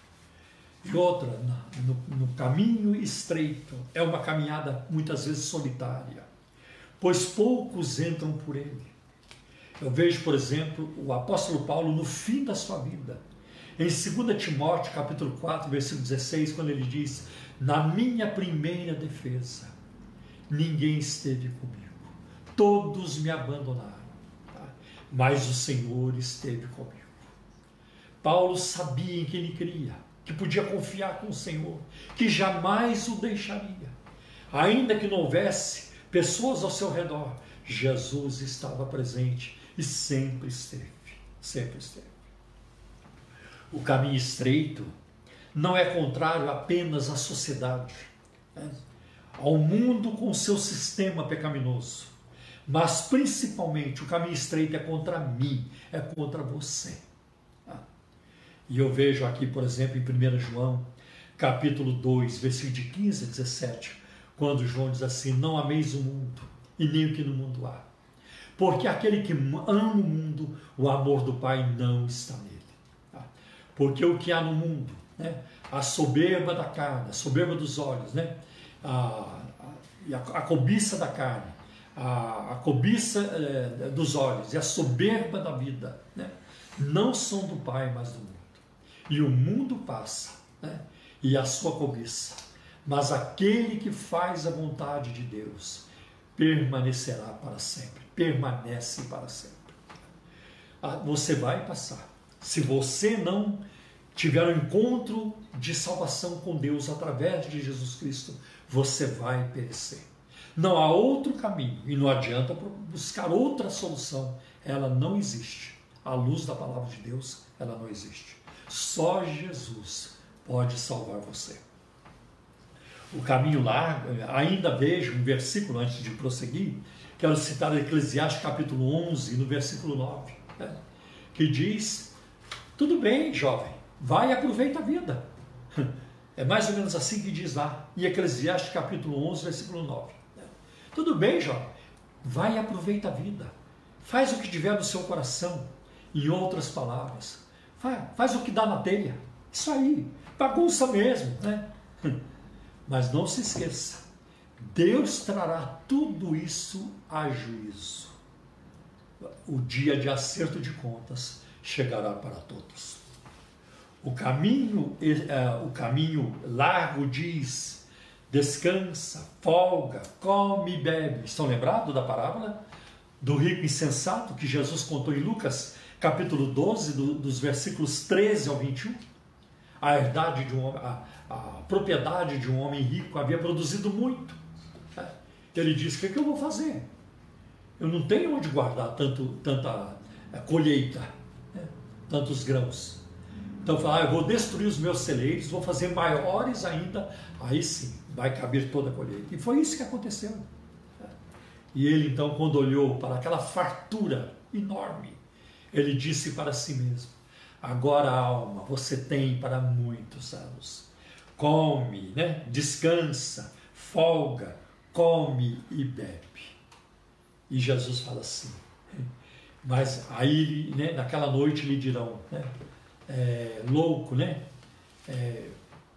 S1: E outra, no, no caminho estreito, é uma caminhada muitas vezes solitária, pois poucos entram por ele. Eu vejo, por exemplo, o apóstolo Paulo no fim da sua vida, em dois Timóteo capítulo quatro, versículo dezesseis, quando ele diz, na minha primeira defesa, ninguém esteve comigo, todos me abandonaram, tá? Mas o Senhor esteve comigo. Paulo sabia em que ele cria, que podia confiar com o Senhor, que jamais o deixaria. Ainda que não houvesse pessoas ao seu redor, Jesus estava presente e sempre esteve, sempre esteve. O caminho estreito não é contrário apenas à sociedade, né? Ao mundo com seu sistema pecaminoso, mas principalmente o caminho estreito é contra mim, é contra você. E eu vejo aqui, por exemplo, em primeiro João, capítulo dois, versículo de quinze a dezessete, quando João diz assim, não ameis o mundo, e nem o que no mundo há. Porque aquele que ama o mundo, o amor do Pai não está nele. Porque o que há no mundo, né? A soberba da carne, a soberba dos olhos, né? a, a, a cobiça da carne, a, a cobiça é, dos olhos e a soberba da vida, né? Não são do Pai, mas do mundo. E o mundo passa, né? E a sua cobiça, mas aquele que faz a vontade de Deus permanecerá para sempre, permanece para sempre. Você vai passar. Se você não tiver um encontro de salvação com Deus através de Jesus Cristo, você vai perecer. Não há outro caminho e não adianta buscar outra solução. Ela não existe. À luz da palavra de Deus, ela não existe. Só Jesus pode salvar você. O caminho largo, ainda vejo um versículo antes de prosseguir, quero citar Eclesiastes capítulo onze, no versículo nove, né? Que diz, tudo bem, jovem, vai e aproveita a vida. É mais ou menos assim que diz lá, em Eclesiastes capítulo onze, versículo nove. Tudo bem, jovem, vai e aproveita a vida. Faz o que tiver no seu coração. Em outras palavras, faz, faz o que dá na telha. Isso aí, bagunça mesmo, né? Mas não se esqueça, Deus trará tudo isso a juízo. O dia de acerto de contas chegará para todos. O caminho, o caminho largo diz, descansa, folga, come e bebe. Estão lembrados da parábola do rico insensato que Jesus contou em Lucas, capítulo doze, do, dos versículos treze ao vinte e um? A herdade de um a, a propriedade de um homem rico havia produzido muito. Ele disse: o que, é que eu vou fazer? Eu não tenho onde guardar tanto, tanta colheita, né? Tantos grãos. Então, fala, ah, eu vou destruir os meus celeiros, vou fazer maiores ainda, aí sim, vai caber toda a colheita. E foi isso que aconteceu. E ele, então, quando olhou para aquela fartura enorme, ele disse para si mesmo: agora, alma, você tem para muitos anos. Come, né? Descansa, folga, come e bebe. E Jesus fala assim, mas aí, né, naquela noite lhe dirão, né, é, louco, né? É,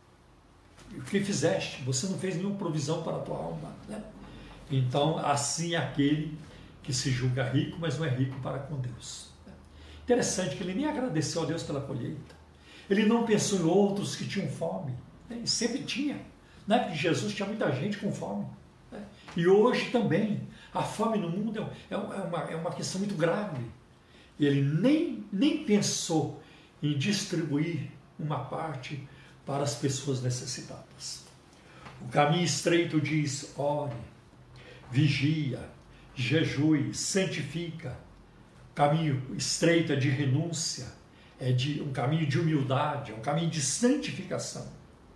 S1: o que fizeste? Você não fez nenhuma provisão para a tua alma, né? Então, assim é aquele que se julga rico, mas não é rico para com Deus. Interessante que ele nem agradeceu a Deus pela colheita. Ele não pensou em outros que tinham fome. Né? E sempre tinha. Na época de Jesus tinha muita gente com fome. Né? E hoje também. A fome no mundo é, é, uma, é uma questão muito grave. E ele nem, nem pensou em distribuir uma parte para as pessoas necessitadas. O caminho estreito diz: ore, vigia, jejue, santifica. O caminho estreito é de renúncia, é de um caminho de humildade, é um caminho de santificação.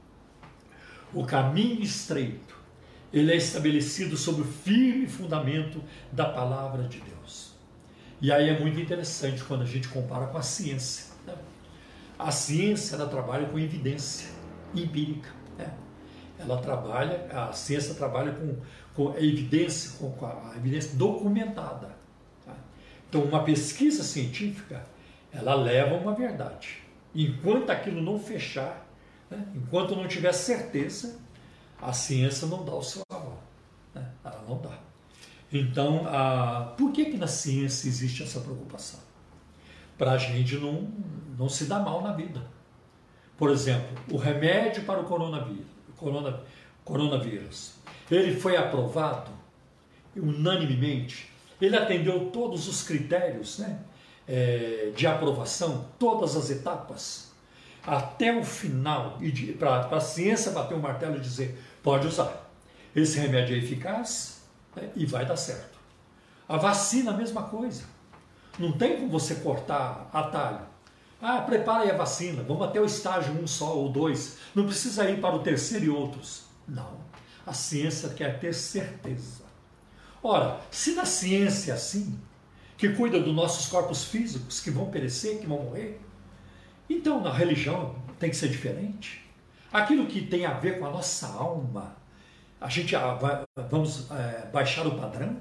S1: O caminho estreito, ele é estabelecido sobre o firme fundamento da palavra de Deus. E aí é muito interessante quando a gente compara com a ciência. Né? A ciência, ela trabalha com evidência empírica. Né? Ela trabalha, a ciência trabalha com, com a evidência, com, com a evidência documentada. Tá? Então, uma pesquisa científica, ela leva a uma verdade. Enquanto aquilo não fechar, né? Enquanto não tiver certeza, a ciência não dá o seu aval. Né? Ela não dá. Então, a, por que que na ciência existe essa preocupação? Para a gente não, não se dar mal na vida. Por exemplo, o remédio para o coronavírus, corona, coronavírus, ele foi aprovado unanimemente, ele atendeu todos os critérios, né, é, de aprovação, todas as etapas, até o final, para a ciência bater o martelo e dizer: pode usar, esse remédio é eficaz, né, e vai dar certo. A vacina, a mesma coisa. Não tem como você cortar atalho. Ah, prepara aí a vacina, vamos até o estágio um só ou dois. Não precisa ir para o terceiro e outros. Não. A ciência quer ter certeza. Ora, se na ciência é assim, que cuida dos nossos corpos físicos, que vão perecer, que vão morrer, então na religião tem que ser diferente. Aquilo que tem a ver com a nossa alma, a gente vai, vamos é, baixar o padrão?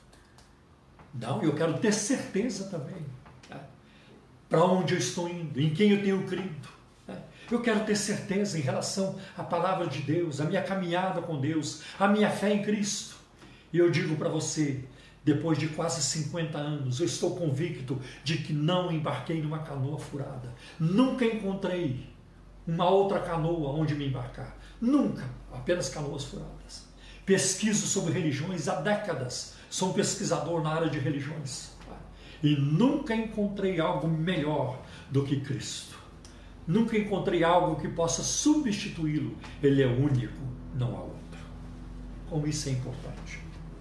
S1: Não, eu quero ter certeza também. Né? Para onde eu estou indo, em quem eu tenho crido. Né? Eu quero ter certeza em relação à palavra de Deus, a minha caminhada com Deus, a minha fé em Cristo. E eu digo para você, depois de quase cinquenta anos, eu estou convicto de que não embarquei numa canoa furada. Nunca encontrei uma outra canoa onde me embarcar. Nunca, apenas canoas furadas. Pesquiso sobre religiões há décadas. Sou um pesquisador na área de religiões. E nunca encontrei algo melhor do que Cristo. Nunca encontrei algo que possa substituí-lo. Ele é único, não há outro. Como isso é importante.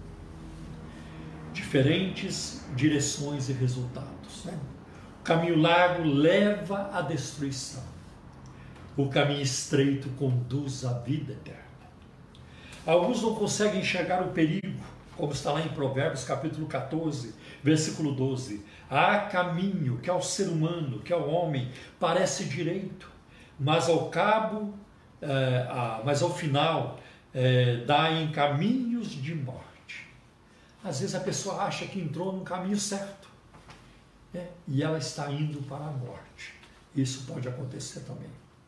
S1: Diferentes direções e resultados. Né? O caminho largo leva à destruição. O caminho estreito conduz à vida eterna. Alguns não conseguem enxergar o perigo, como está lá em Provérbios capítulo quatorze, versículo doze. Há caminho que ao ser humano, que ao homem, parece direito, mas ao cabo é, a, mas ao final é, dá em caminhos de morte. Às vezes a pessoa acha que entrou no caminho certo, né? E ela está indo para a morte. Isso pode acontecer também.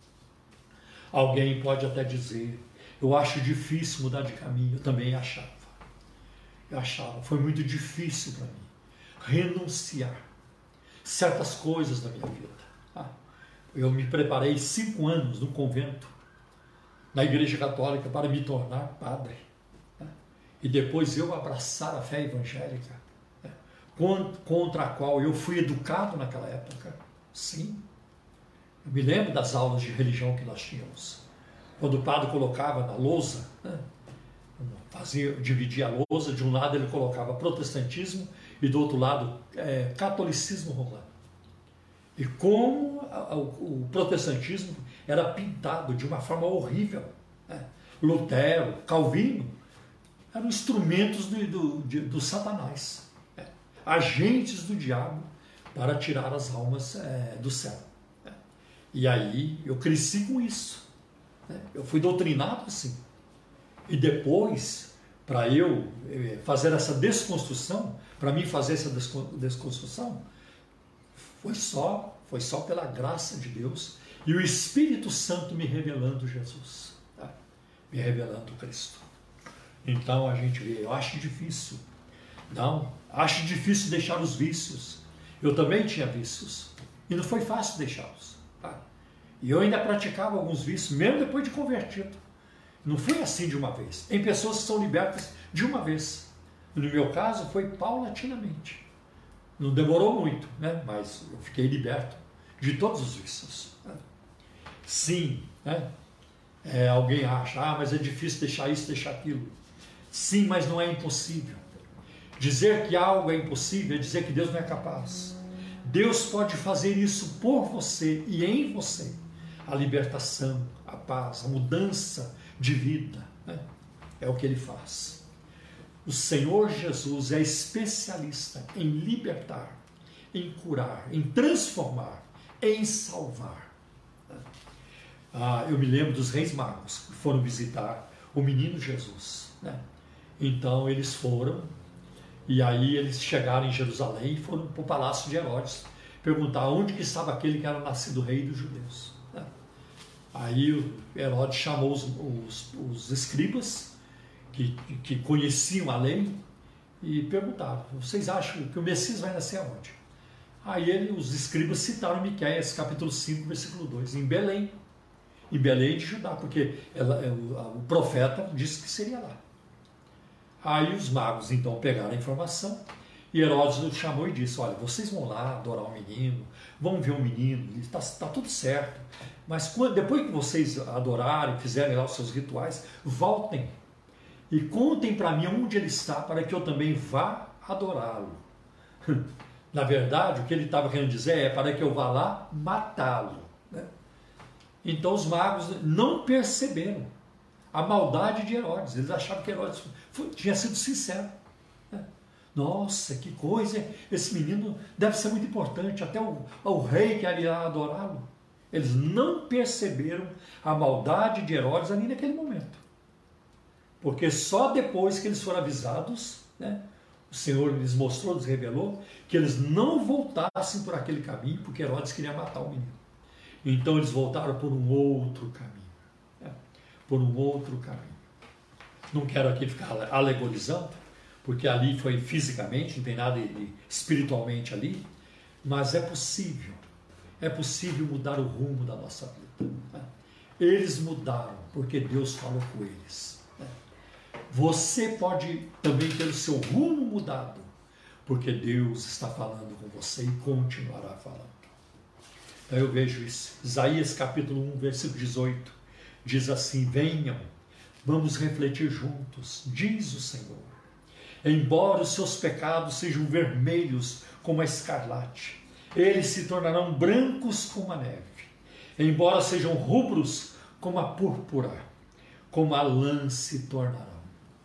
S1: Alguém pode até dizer, eu acho difícil mudar de caminho. Eu também achava. Eu achava, foi muito difícil para mim renunciar certas coisas da minha vida. Ah, eu me preparei cinco anos no convento, na Igreja Católica, para me tornar padre. Né? E depois eu abraçar a fé evangélica, né? Contra a qual eu fui educado naquela época. Sim. Eu me lembro das aulas de religião que nós tínhamos. Quando o padre colocava na lousa, né? Fazia, dividia a lousa, de um lado ele colocava protestantismo e do outro lado é, catolicismo romano. E como a, a, o protestantismo era pintado de uma forma horrível. Né? Lutero, Calvino, eram instrumentos do, do, de, do Satanás, né? Agentes do diabo para tirar as almas é, do céu. Né? E aí eu cresci com isso. Né? Eu fui doutrinado assim. E depois, para eu fazer essa desconstrução, para mim fazer essa desconstrução, foi só, foi só pela graça de Deus e o Espírito Santo me revelando Jesus, tá? Me revelando Cristo. Então a gente vê, eu acho difícil, não, acho difícil deixar os vícios. Eu também tinha vícios e não foi fácil deixá-los. Tá? E eu ainda praticava alguns vícios, mesmo depois de convertido. Não foi assim de uma vez. Tem pessoas que são libertas de uma vez. No meu caso, foi paulatinamente. Não demorou muito, né? Mas eu fiquei liberto de todos os vícios. Né? Sim, né? É, alguém acha, ah, mas é difícil deixar isso, deixar aquilo. Sim, mas não é impossível. Dizer que algo é impossível é dizer que Deus não é capaz. Deus pode fazer isso por você e em você. A libertação, a paz, a mudança de vida, né? É o que ele faz. O Senhor Jesus é especialista em libertar, em curar, em transformar, em salvar. Ah, eu me lembro dos reis magos que foram visitar o menino Jesus, né? Então eles foram, e aí eles chegaram em Jerusalém e foram para o palácio de Herodes perguntar onde que estava aquele que era nascido rei dos judeus. Aí o Herodes chamou os, os, os escribas que, que conheciam a lei e perguntaram, vocês acham que o Messias vai nascer aonde? Aí ele, os escribas citaram Miqueias, capítulo cinco, versículo dois, em Belém, em Belém de Judá, porque ela, o, o profeta disse que seria lá. Aí os magos então pegaram a informação e Herodes os chamou e disse, olha, vocês vão lá adorar o menino, vão ver o menino, está tá tudo certo, mas quando, depois que vocês adorarem, fizerem lá os seus rituais, voltem e contem para mim onde ele está, para que eu também vá adorá-lo. Na verdade, o que ele estava querendo dizer é para que eu vá lá matá-lo. Né? Então os magos não perceberam a maldade de Herodes, eles achavam que Herodes foi, tinha sido sincero. Né? Nossa, que coisa, esse menino deve ser muito importante, até o, o rei que irá adorá-lo. Eles não perceberam a maldade de Herodes ali naquele momento. Porque só depois que eles foram avisados, né, o Senhor lhes mostrou, lhes revelou, que eles não voltassem por aquele caminho, porque Herodes queria matar o menino. Então eles voltaram por um outro caminho. Né, por um outro caminho. Não quero aqui ficar alegorizando, porque ali foi fisicamente, não tem nada de espiritualmente ali, mas é possível. É possível mudar o rumo da nossa vida. Né? Eles mudaram porque Deus falou com eles. Né? Você pode também ter o seu rumo mudado porque Deus está falando com você e continuará falando. Então eu vejo isso. Isaías capítulo um, versículo dezoito, diz assim, venham, vamos refletir juntos, diz o Senhor. Embora os seus pecados sejam vermelhos como a escarlate, eles se tornarão brancos como a neve. Embora sejam rubros como a púrpura, como a lã se tornarão.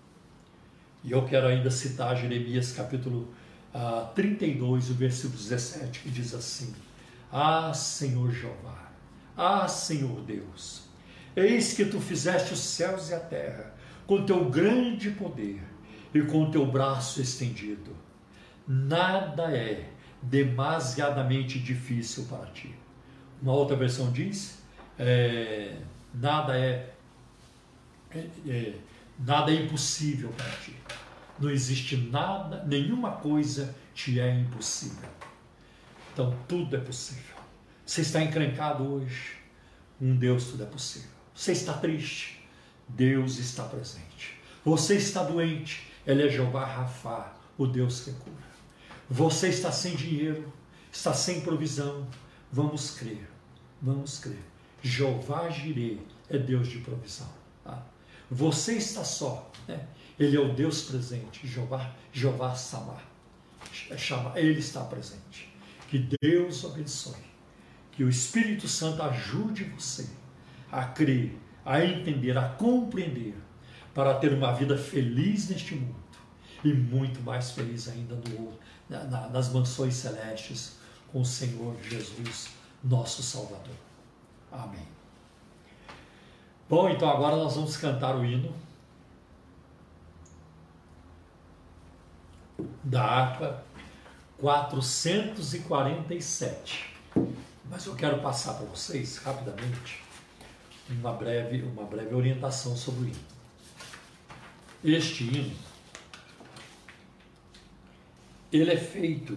S1: E eu quero ainda citar Jeremias capítulo uh, trinta e dois, o versículo dezessete, que diz assim, ah, Senhor Jeová, ah, Senhor Deus, Eis que tu fizeste os céus e a terra, com teu grande poder e com teu braço estendido. Nada é demasiadamente difícil para ti. Uma outra versão diz, é, nada é, é, é nada é impossível para ti. Não existe nada, nenhuma coisa te é impossível. Então tudo é possível. Você está encrencado hoje, um Deus, tudo é possível. Você está triste, Deus está presente. Você está doente, Ele é Jeová Rafá, o Deus que cura. Você está sem dinheiro, está sem provisão, vamos crer, vamos crer. Jeová Jirê é Deus de provisão. Tá? Você está só, né? Ele é o Deus presente, Jeová, Jeová Samá. Ele está presente. Que Deus abençoe. Que o Espírito Santo ajude você a crer, a entender, a compreender, para ter uma vida feliz neste mundo e muito mais feliz ainda no, na, nas mansões celestes com o Senhor Jesus, nosso Salvador. Amém. Bom, então agora nós vamos cantar o hino da harpa quatrocentos e quarenta e sete. Mas eu quero passar para vocês, rapidamente, uma breve, uma breve orientação sobre o hino. Este hino, ele é feito,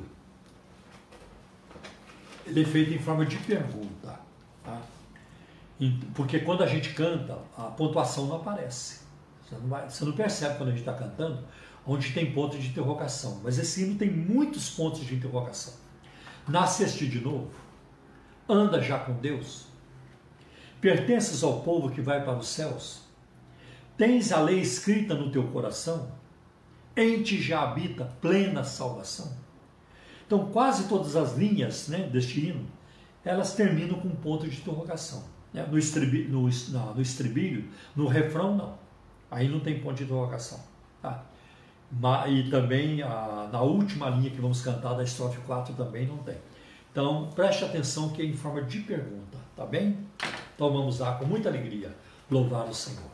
S1: ele é feito em forma de pergunta, tá? Porque quando a gente canta, a pontuação não aparece. Você não, vai, você não percebe quando a gente está cantando, onde tem ponto de interrogação. Mas esse hino tem muitos pontos de interrogação. Nasceste de novo? Anda já com Deus? Pertences ao povo que vai para os céus? Tens a lei escrita no teu coração? Em ti já habita plena salvação? Então, quase todas as linhas, né, deste hino, elas terminam com um ponto de interrogação. Né? No, estribilho, no, no estribilho, no refrão, não. Aí não tem ponto de interrogação. Tá? E também a, na última linha que vamos cantar, da estrofe quatro, também não tem. Então, preste atenção que é em forma de pergunta, tá bem? Então vamos lá, com muita alegria, louvar o Senhor.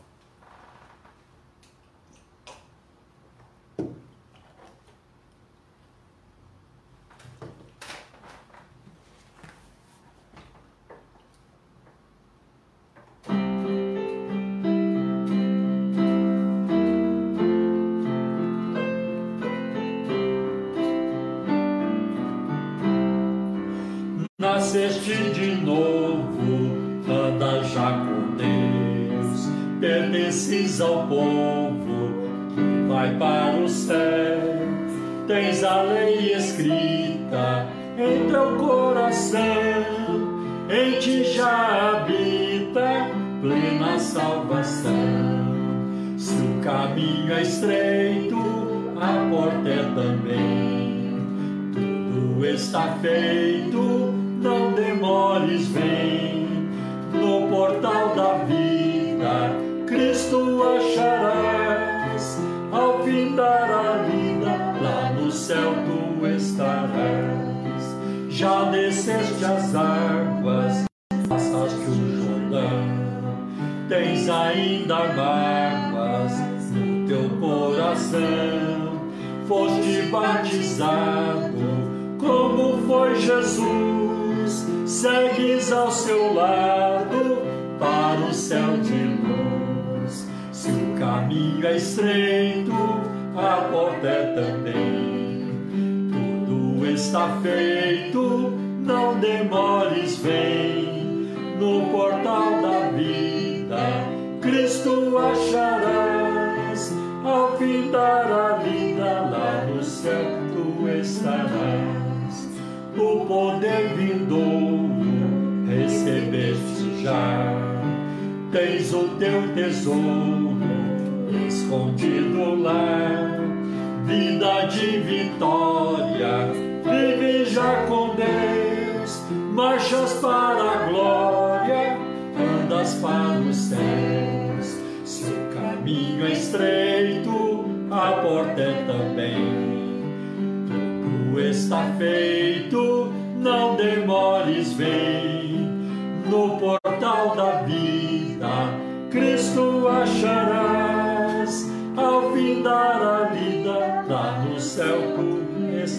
S1: Nasceste de novo, anda já com Deus, pertences ao povo que vai para o céu, tens a lei escrita em teu coração, em ti já habita plena salvação. Se o caminho é estreito, a porta é também, tudo está feito, não demores, vem, no portal da vida, Cristo acharás, ao findar a vida, lá no céu tu estarás. Já desceste as águas, passaste o Jordão, tens ainda mágoas no teu coração, foste batizado, como foi Jesus, segues ao seu lado para o céu de luz. Se o caminho é estreito, a porta é também, tudo está feito, não demores, vem, no portal da vida, Cristo acharás, ao findar a vida, lá no céu tu estarás. O poder vindouro recebeste já, tens o teu tesouro escondido lá, vida de vitória, vive já com Deus, marchas para a glória, andas para os céus. Se o caminho é estreito, a porta é também, está feito, não demores, vem, no portal da vida,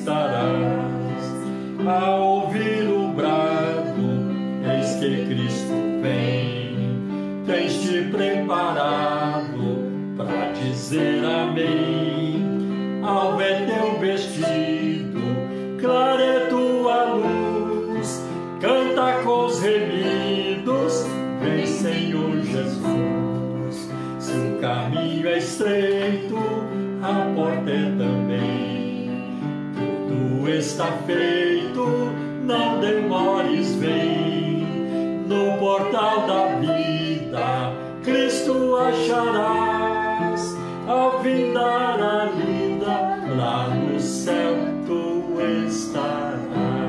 S1: estarás. Ao ouvir o brado, eis que Cristo vem, tens te preparado para dizer amém. Alvo é teu vestido, clara é tua luz, canta com os remidos, vem Senhor Jesus. Se o caminho é estreito, a porta é também. Tudo está feito, não demores, vem. No portal da vida, Cristo acharás. Ao findar a vida, lá no céu tu estarás.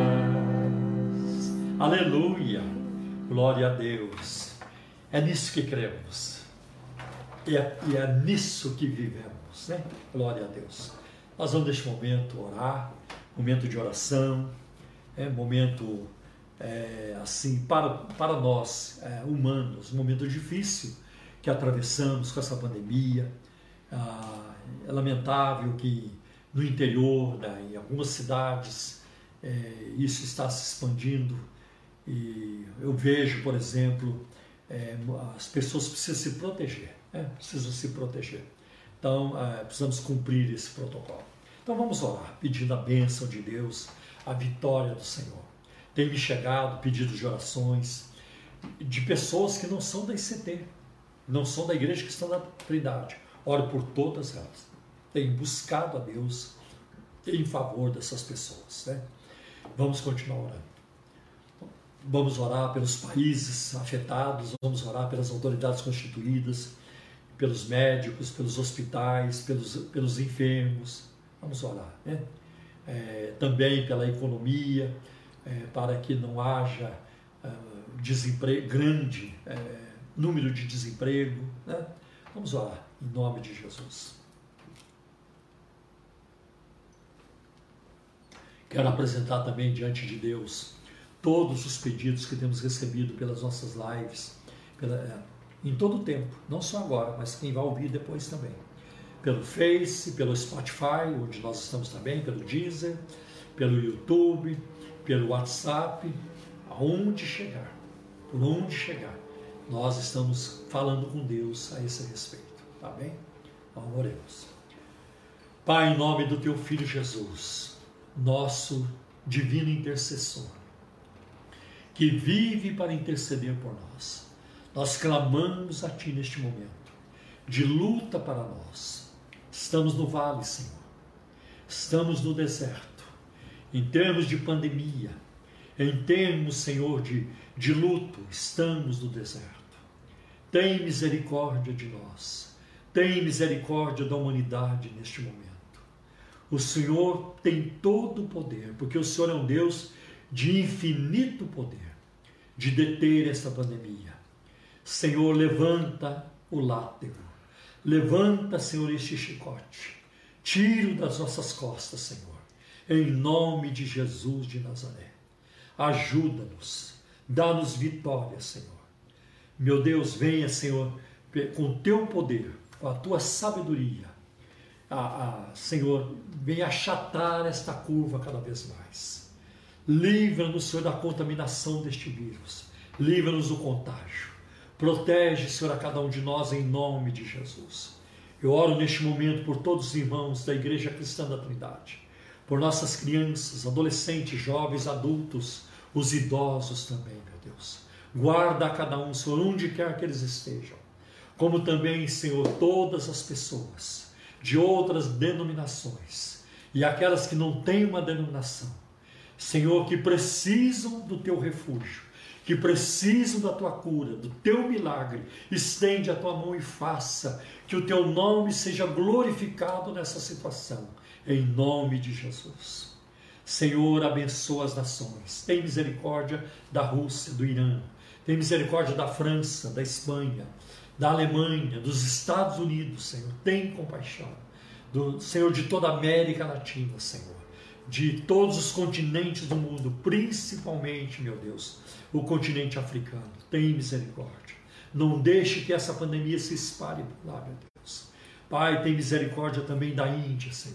S1: Aleluia, glória a Deus. É nisso que cremos, e é, e é nisso que vivemos, né? Glória a Deus. Nós vamos neste momento orar, momento de oração, é momento é, assim para, para nós é, humanos, um momento difícil que atravessamos com essa pandemia. Ah, é lamentável que no interior, né, em algumas cidades, é, isso está se expandindo, e eu vejo, por exemplo, é, as pessoas precisam se proteger, né? precisam se proteger. Então, é, precisamos cumprir esse protocolo. Então, vamos orar, pedindo a bênção de Deus, a vitória do Senhor. Tem me chegado pedidos de orações de pessoas que não são da I C T, não são da Igreja Cristã da Trindade. Oro por todas elas. Tenho buscado a Deus em favor dessas pessoas, né? Vamos continuar orando. Vamos orar pelos países afetados, vamos orar pelas autoridades constituídas, pelos médicos, pelos hospitais, pelos, pelos enfermos. Vamos orar, né? É, também pela economia, é, para que não haja é, desemprego, grande é, número de desemprego, né? Vamos orar em nome de Jesus. Quero apresentar também diante de Deus todos os pedidos que temos recebido pelas nossas lives, pela, em todo o tempo, não só agora, mas quem vai ouvir depois também. Pelo Face, pelo Spotify, onde nós estamos também, pelo Deezer, pelo YouTube, pelo WhatsApp, aonde chegar, por onde chegar, nós estamos falando com Deus a esse respeito, tá bem? Então, oremos. Pai, em nome do Teu Filho Jesus, nosso divino intercessor, que vive para interceder por nós, nós clamamos a Ti neste momento, de luta para nós. Estamos no vale, Senhor, estamos no deserto, em termos de pandemia, em termos, Senhor, de, de luto, estamos no deserto. Tem misericórdia de nós, tem misericórdia da humanidade neste momento. O Senhor tem todo o poder, porque o Senhor é um Deus de infinito poder, de deter esta pandemia. Senhor, levanta o látego, levanta, Senhor, este chicote, tira-o das nossas costas, Senhor, em nome de Jesus de Nazaré. Ajuda-nos, dá-nos vitória, Senhor. Meu Deus, venha, Senhor, com o Teu poder, com a Tua sabedoria, a, a, Senhor, venha achatar esta curva cada vez mais. Livra-nos, Senhor, da contaminação deste vírus, livra-nos do contágio. Protege, Senhor, a cada um de nós em nome de Jesus. Eu oro neste momento por todos os irmãos da Igreja Cristã da Trindade, por nossas crianças, adolescentes, jovens, adultos, os idosos também, meu Deus. Guarda a cada um, Senhor, onde quer que eles estejam. Como também, Senhor, todas as pessoas de outras denominações e aquelas que não têm uma denominação, Senhor, que precisam do Teu refúgio, que precisam da Tua cura, do Teu milagre. Estende a Tua mão e faça que o Teu nome seja glorificado nessa situação, em nome de Jesus. Senhor, abençoa as nações, tem misericórdia da Rússia, do Irã, tem misericórdia da França, da Espanha, da Alemanha, dos Estados Unidos, Senhor, tem compaixão, do Senhor, de toda a América Latina, Senhor, de todos os continentes do mundo, principalmente, meu Deus, o continente africano, tem misericórdia. Não deixe que essa pandemia se espalhe por lá, meu Deus. Pai, tem misericórdia também da Índia, Senhor,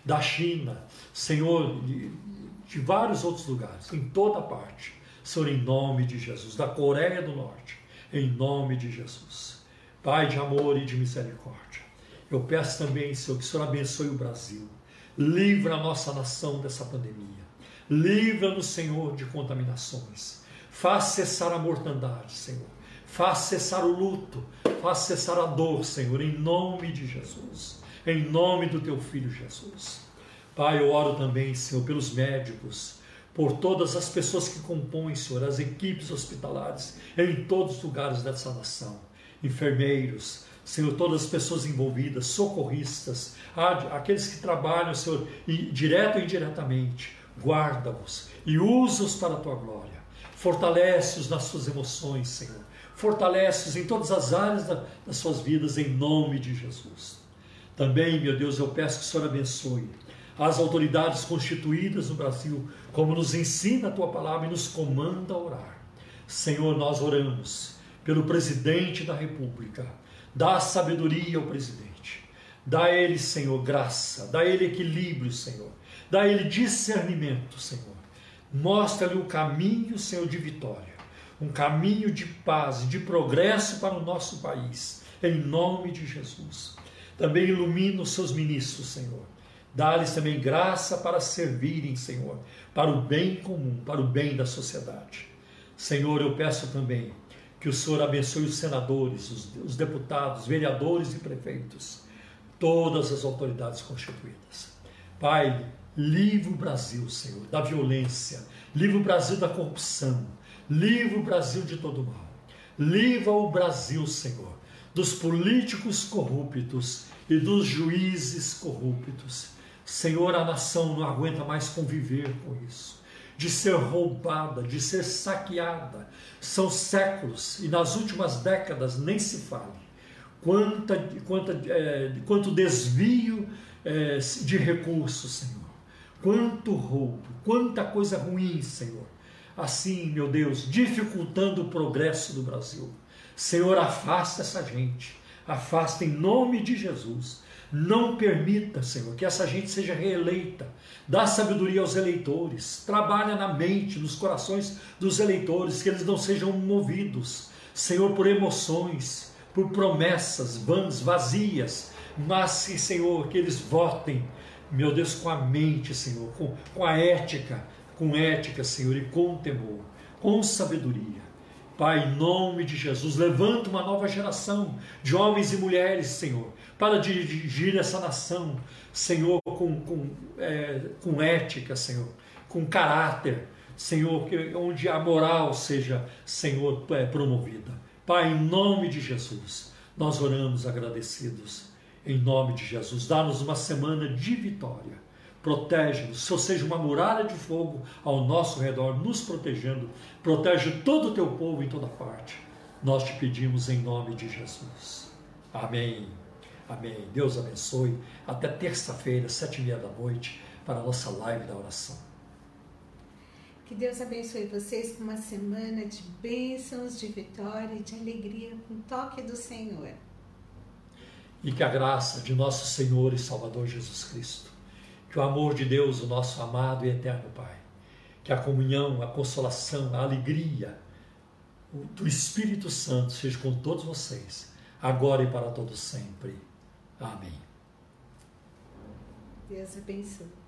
S1: da China, Senhor, de, de vários outros lugares, em toda parte, Senhor, em nome de Jesus, da Coreia do Norte, em nome de Jesus. Pai de amor e de misericórdia, eu peço também, Senhor, que o Senhor abençoe o Brasil, livra a nossa nação dessa pandemia, livra-nos, Senhor, de contaminações, faz cessar a mortandade, Senhor, faz cessar o luto, faz cessar a dor, Senhor, em nome de Jesus, em nome do Teu Filho Jesus. Pai, eu oro também, Senhor, pelos médicos, por todas as pessoas que compõem, Senhor, as equipes hospitalares em todos os lugares dessa nação, enfermeiros, Senhor, todas as pessoas envolvidas, socorristas, aqueles que trabalham, Senhor, direto ou indiretamente, guarda-os e usa-os para a Tua glória, fortalece-os nas suas emoções, Senhor, fortalece-os em todas as áreas das suas vidas, em nome de Jesus. Também, meu Deus, eu peço que o Senhor abençoe as autoridades constituídas no Brasil, como nos ensina a Tua palavra e nos comanda a orar. Senhor, nós oramos pelo presidente da República, dá sabedoria ao presidente, dá a ele, Senhor, graça, dá a ele equilíbrio, Senhor, dá a ele discernimento, Senhor, mostra-lhe o caminho, Senhor, de vitória, um caminho de paz e de progresso para o nosso país, em nome de Jesus. Também ilumina os seus ministros, Senhor, dá-lhes também graça para servirem, Senhor, para o bem comum, para o bem da sociedade. Senhor, eu peço também que o Senhor abençoe os senadores, os, os deputados, vereadores e prefeitos, todas as autoridades constituídas. Pai, livra o Brasil, Senhor, da violência, livra o Brasil da corrupção, livra o Brasil de todo mal, livra o Brasil, Senhor, dos políticos corruptos e dos juízes corruptos. Senhor, a nação não aguenta mais conviver com isso, de ser roubada, de ser saqueada. São séculos, e nas últimas décadas nem se fale, quanta, quanta, é, quanto desvio é, de recursos, Senhor, quanto roubo, quanta coisa ruim, Senhor. Assim, meu Deus, dificultando o progresso do Brasil. Senhor, afasta essa gente, afasta em nome de Jesus. Não permita, Senhor, que essa gente seja reeleita. Dá sabedoria aos eleitores, trabalha na mente, nos corações dos eleitores, que eles não sejam movidos, Senhor, por emoções, por promessas vãs, vazias, mas que, Senhor, que eles votem, meu Deus, com a mente, Senhor, com, com a ética, com ética, Senhor, e com temor, com sabedoria. Pai, em nome de Jesus, levanta uma nova geração de homens e mulheres, Senhor, para dirigir essa nação, Senhor, com, com, é, com ética, Senhor, com caráter, Senhor, que, onde a moral seja, Senhor, é, promovida. Pai, em nome de Jesus, nós oramos agradecidos, em nome de Jesus, dá-nos uma semana de vitória. Protege-nos, Senhor, seja uma muralha de fogo ao nosso redor, nos protegendo. Protege todo o teu povo em toda parte. Nós te pedimos em nome de Jesus. Amém. Amém. Deus abençoe. Até terça-feira, sete e meia da noite, para a nossa live da oração.
S2: Que Deus abençoe vocês com uma semana de bênçãos, de vitória e de alegria, com o toque do Senhor.
S1: E que a graça de nosso Senhor e Salvador Jesus Cristo, que o amor de Deus, o nosso amado e eterno Pai, que a comunhão, a consolação, a alegria do Espírito Santo seja com todos vocês, agora e para todos sempre. Amém.
S2: Deus abençoe.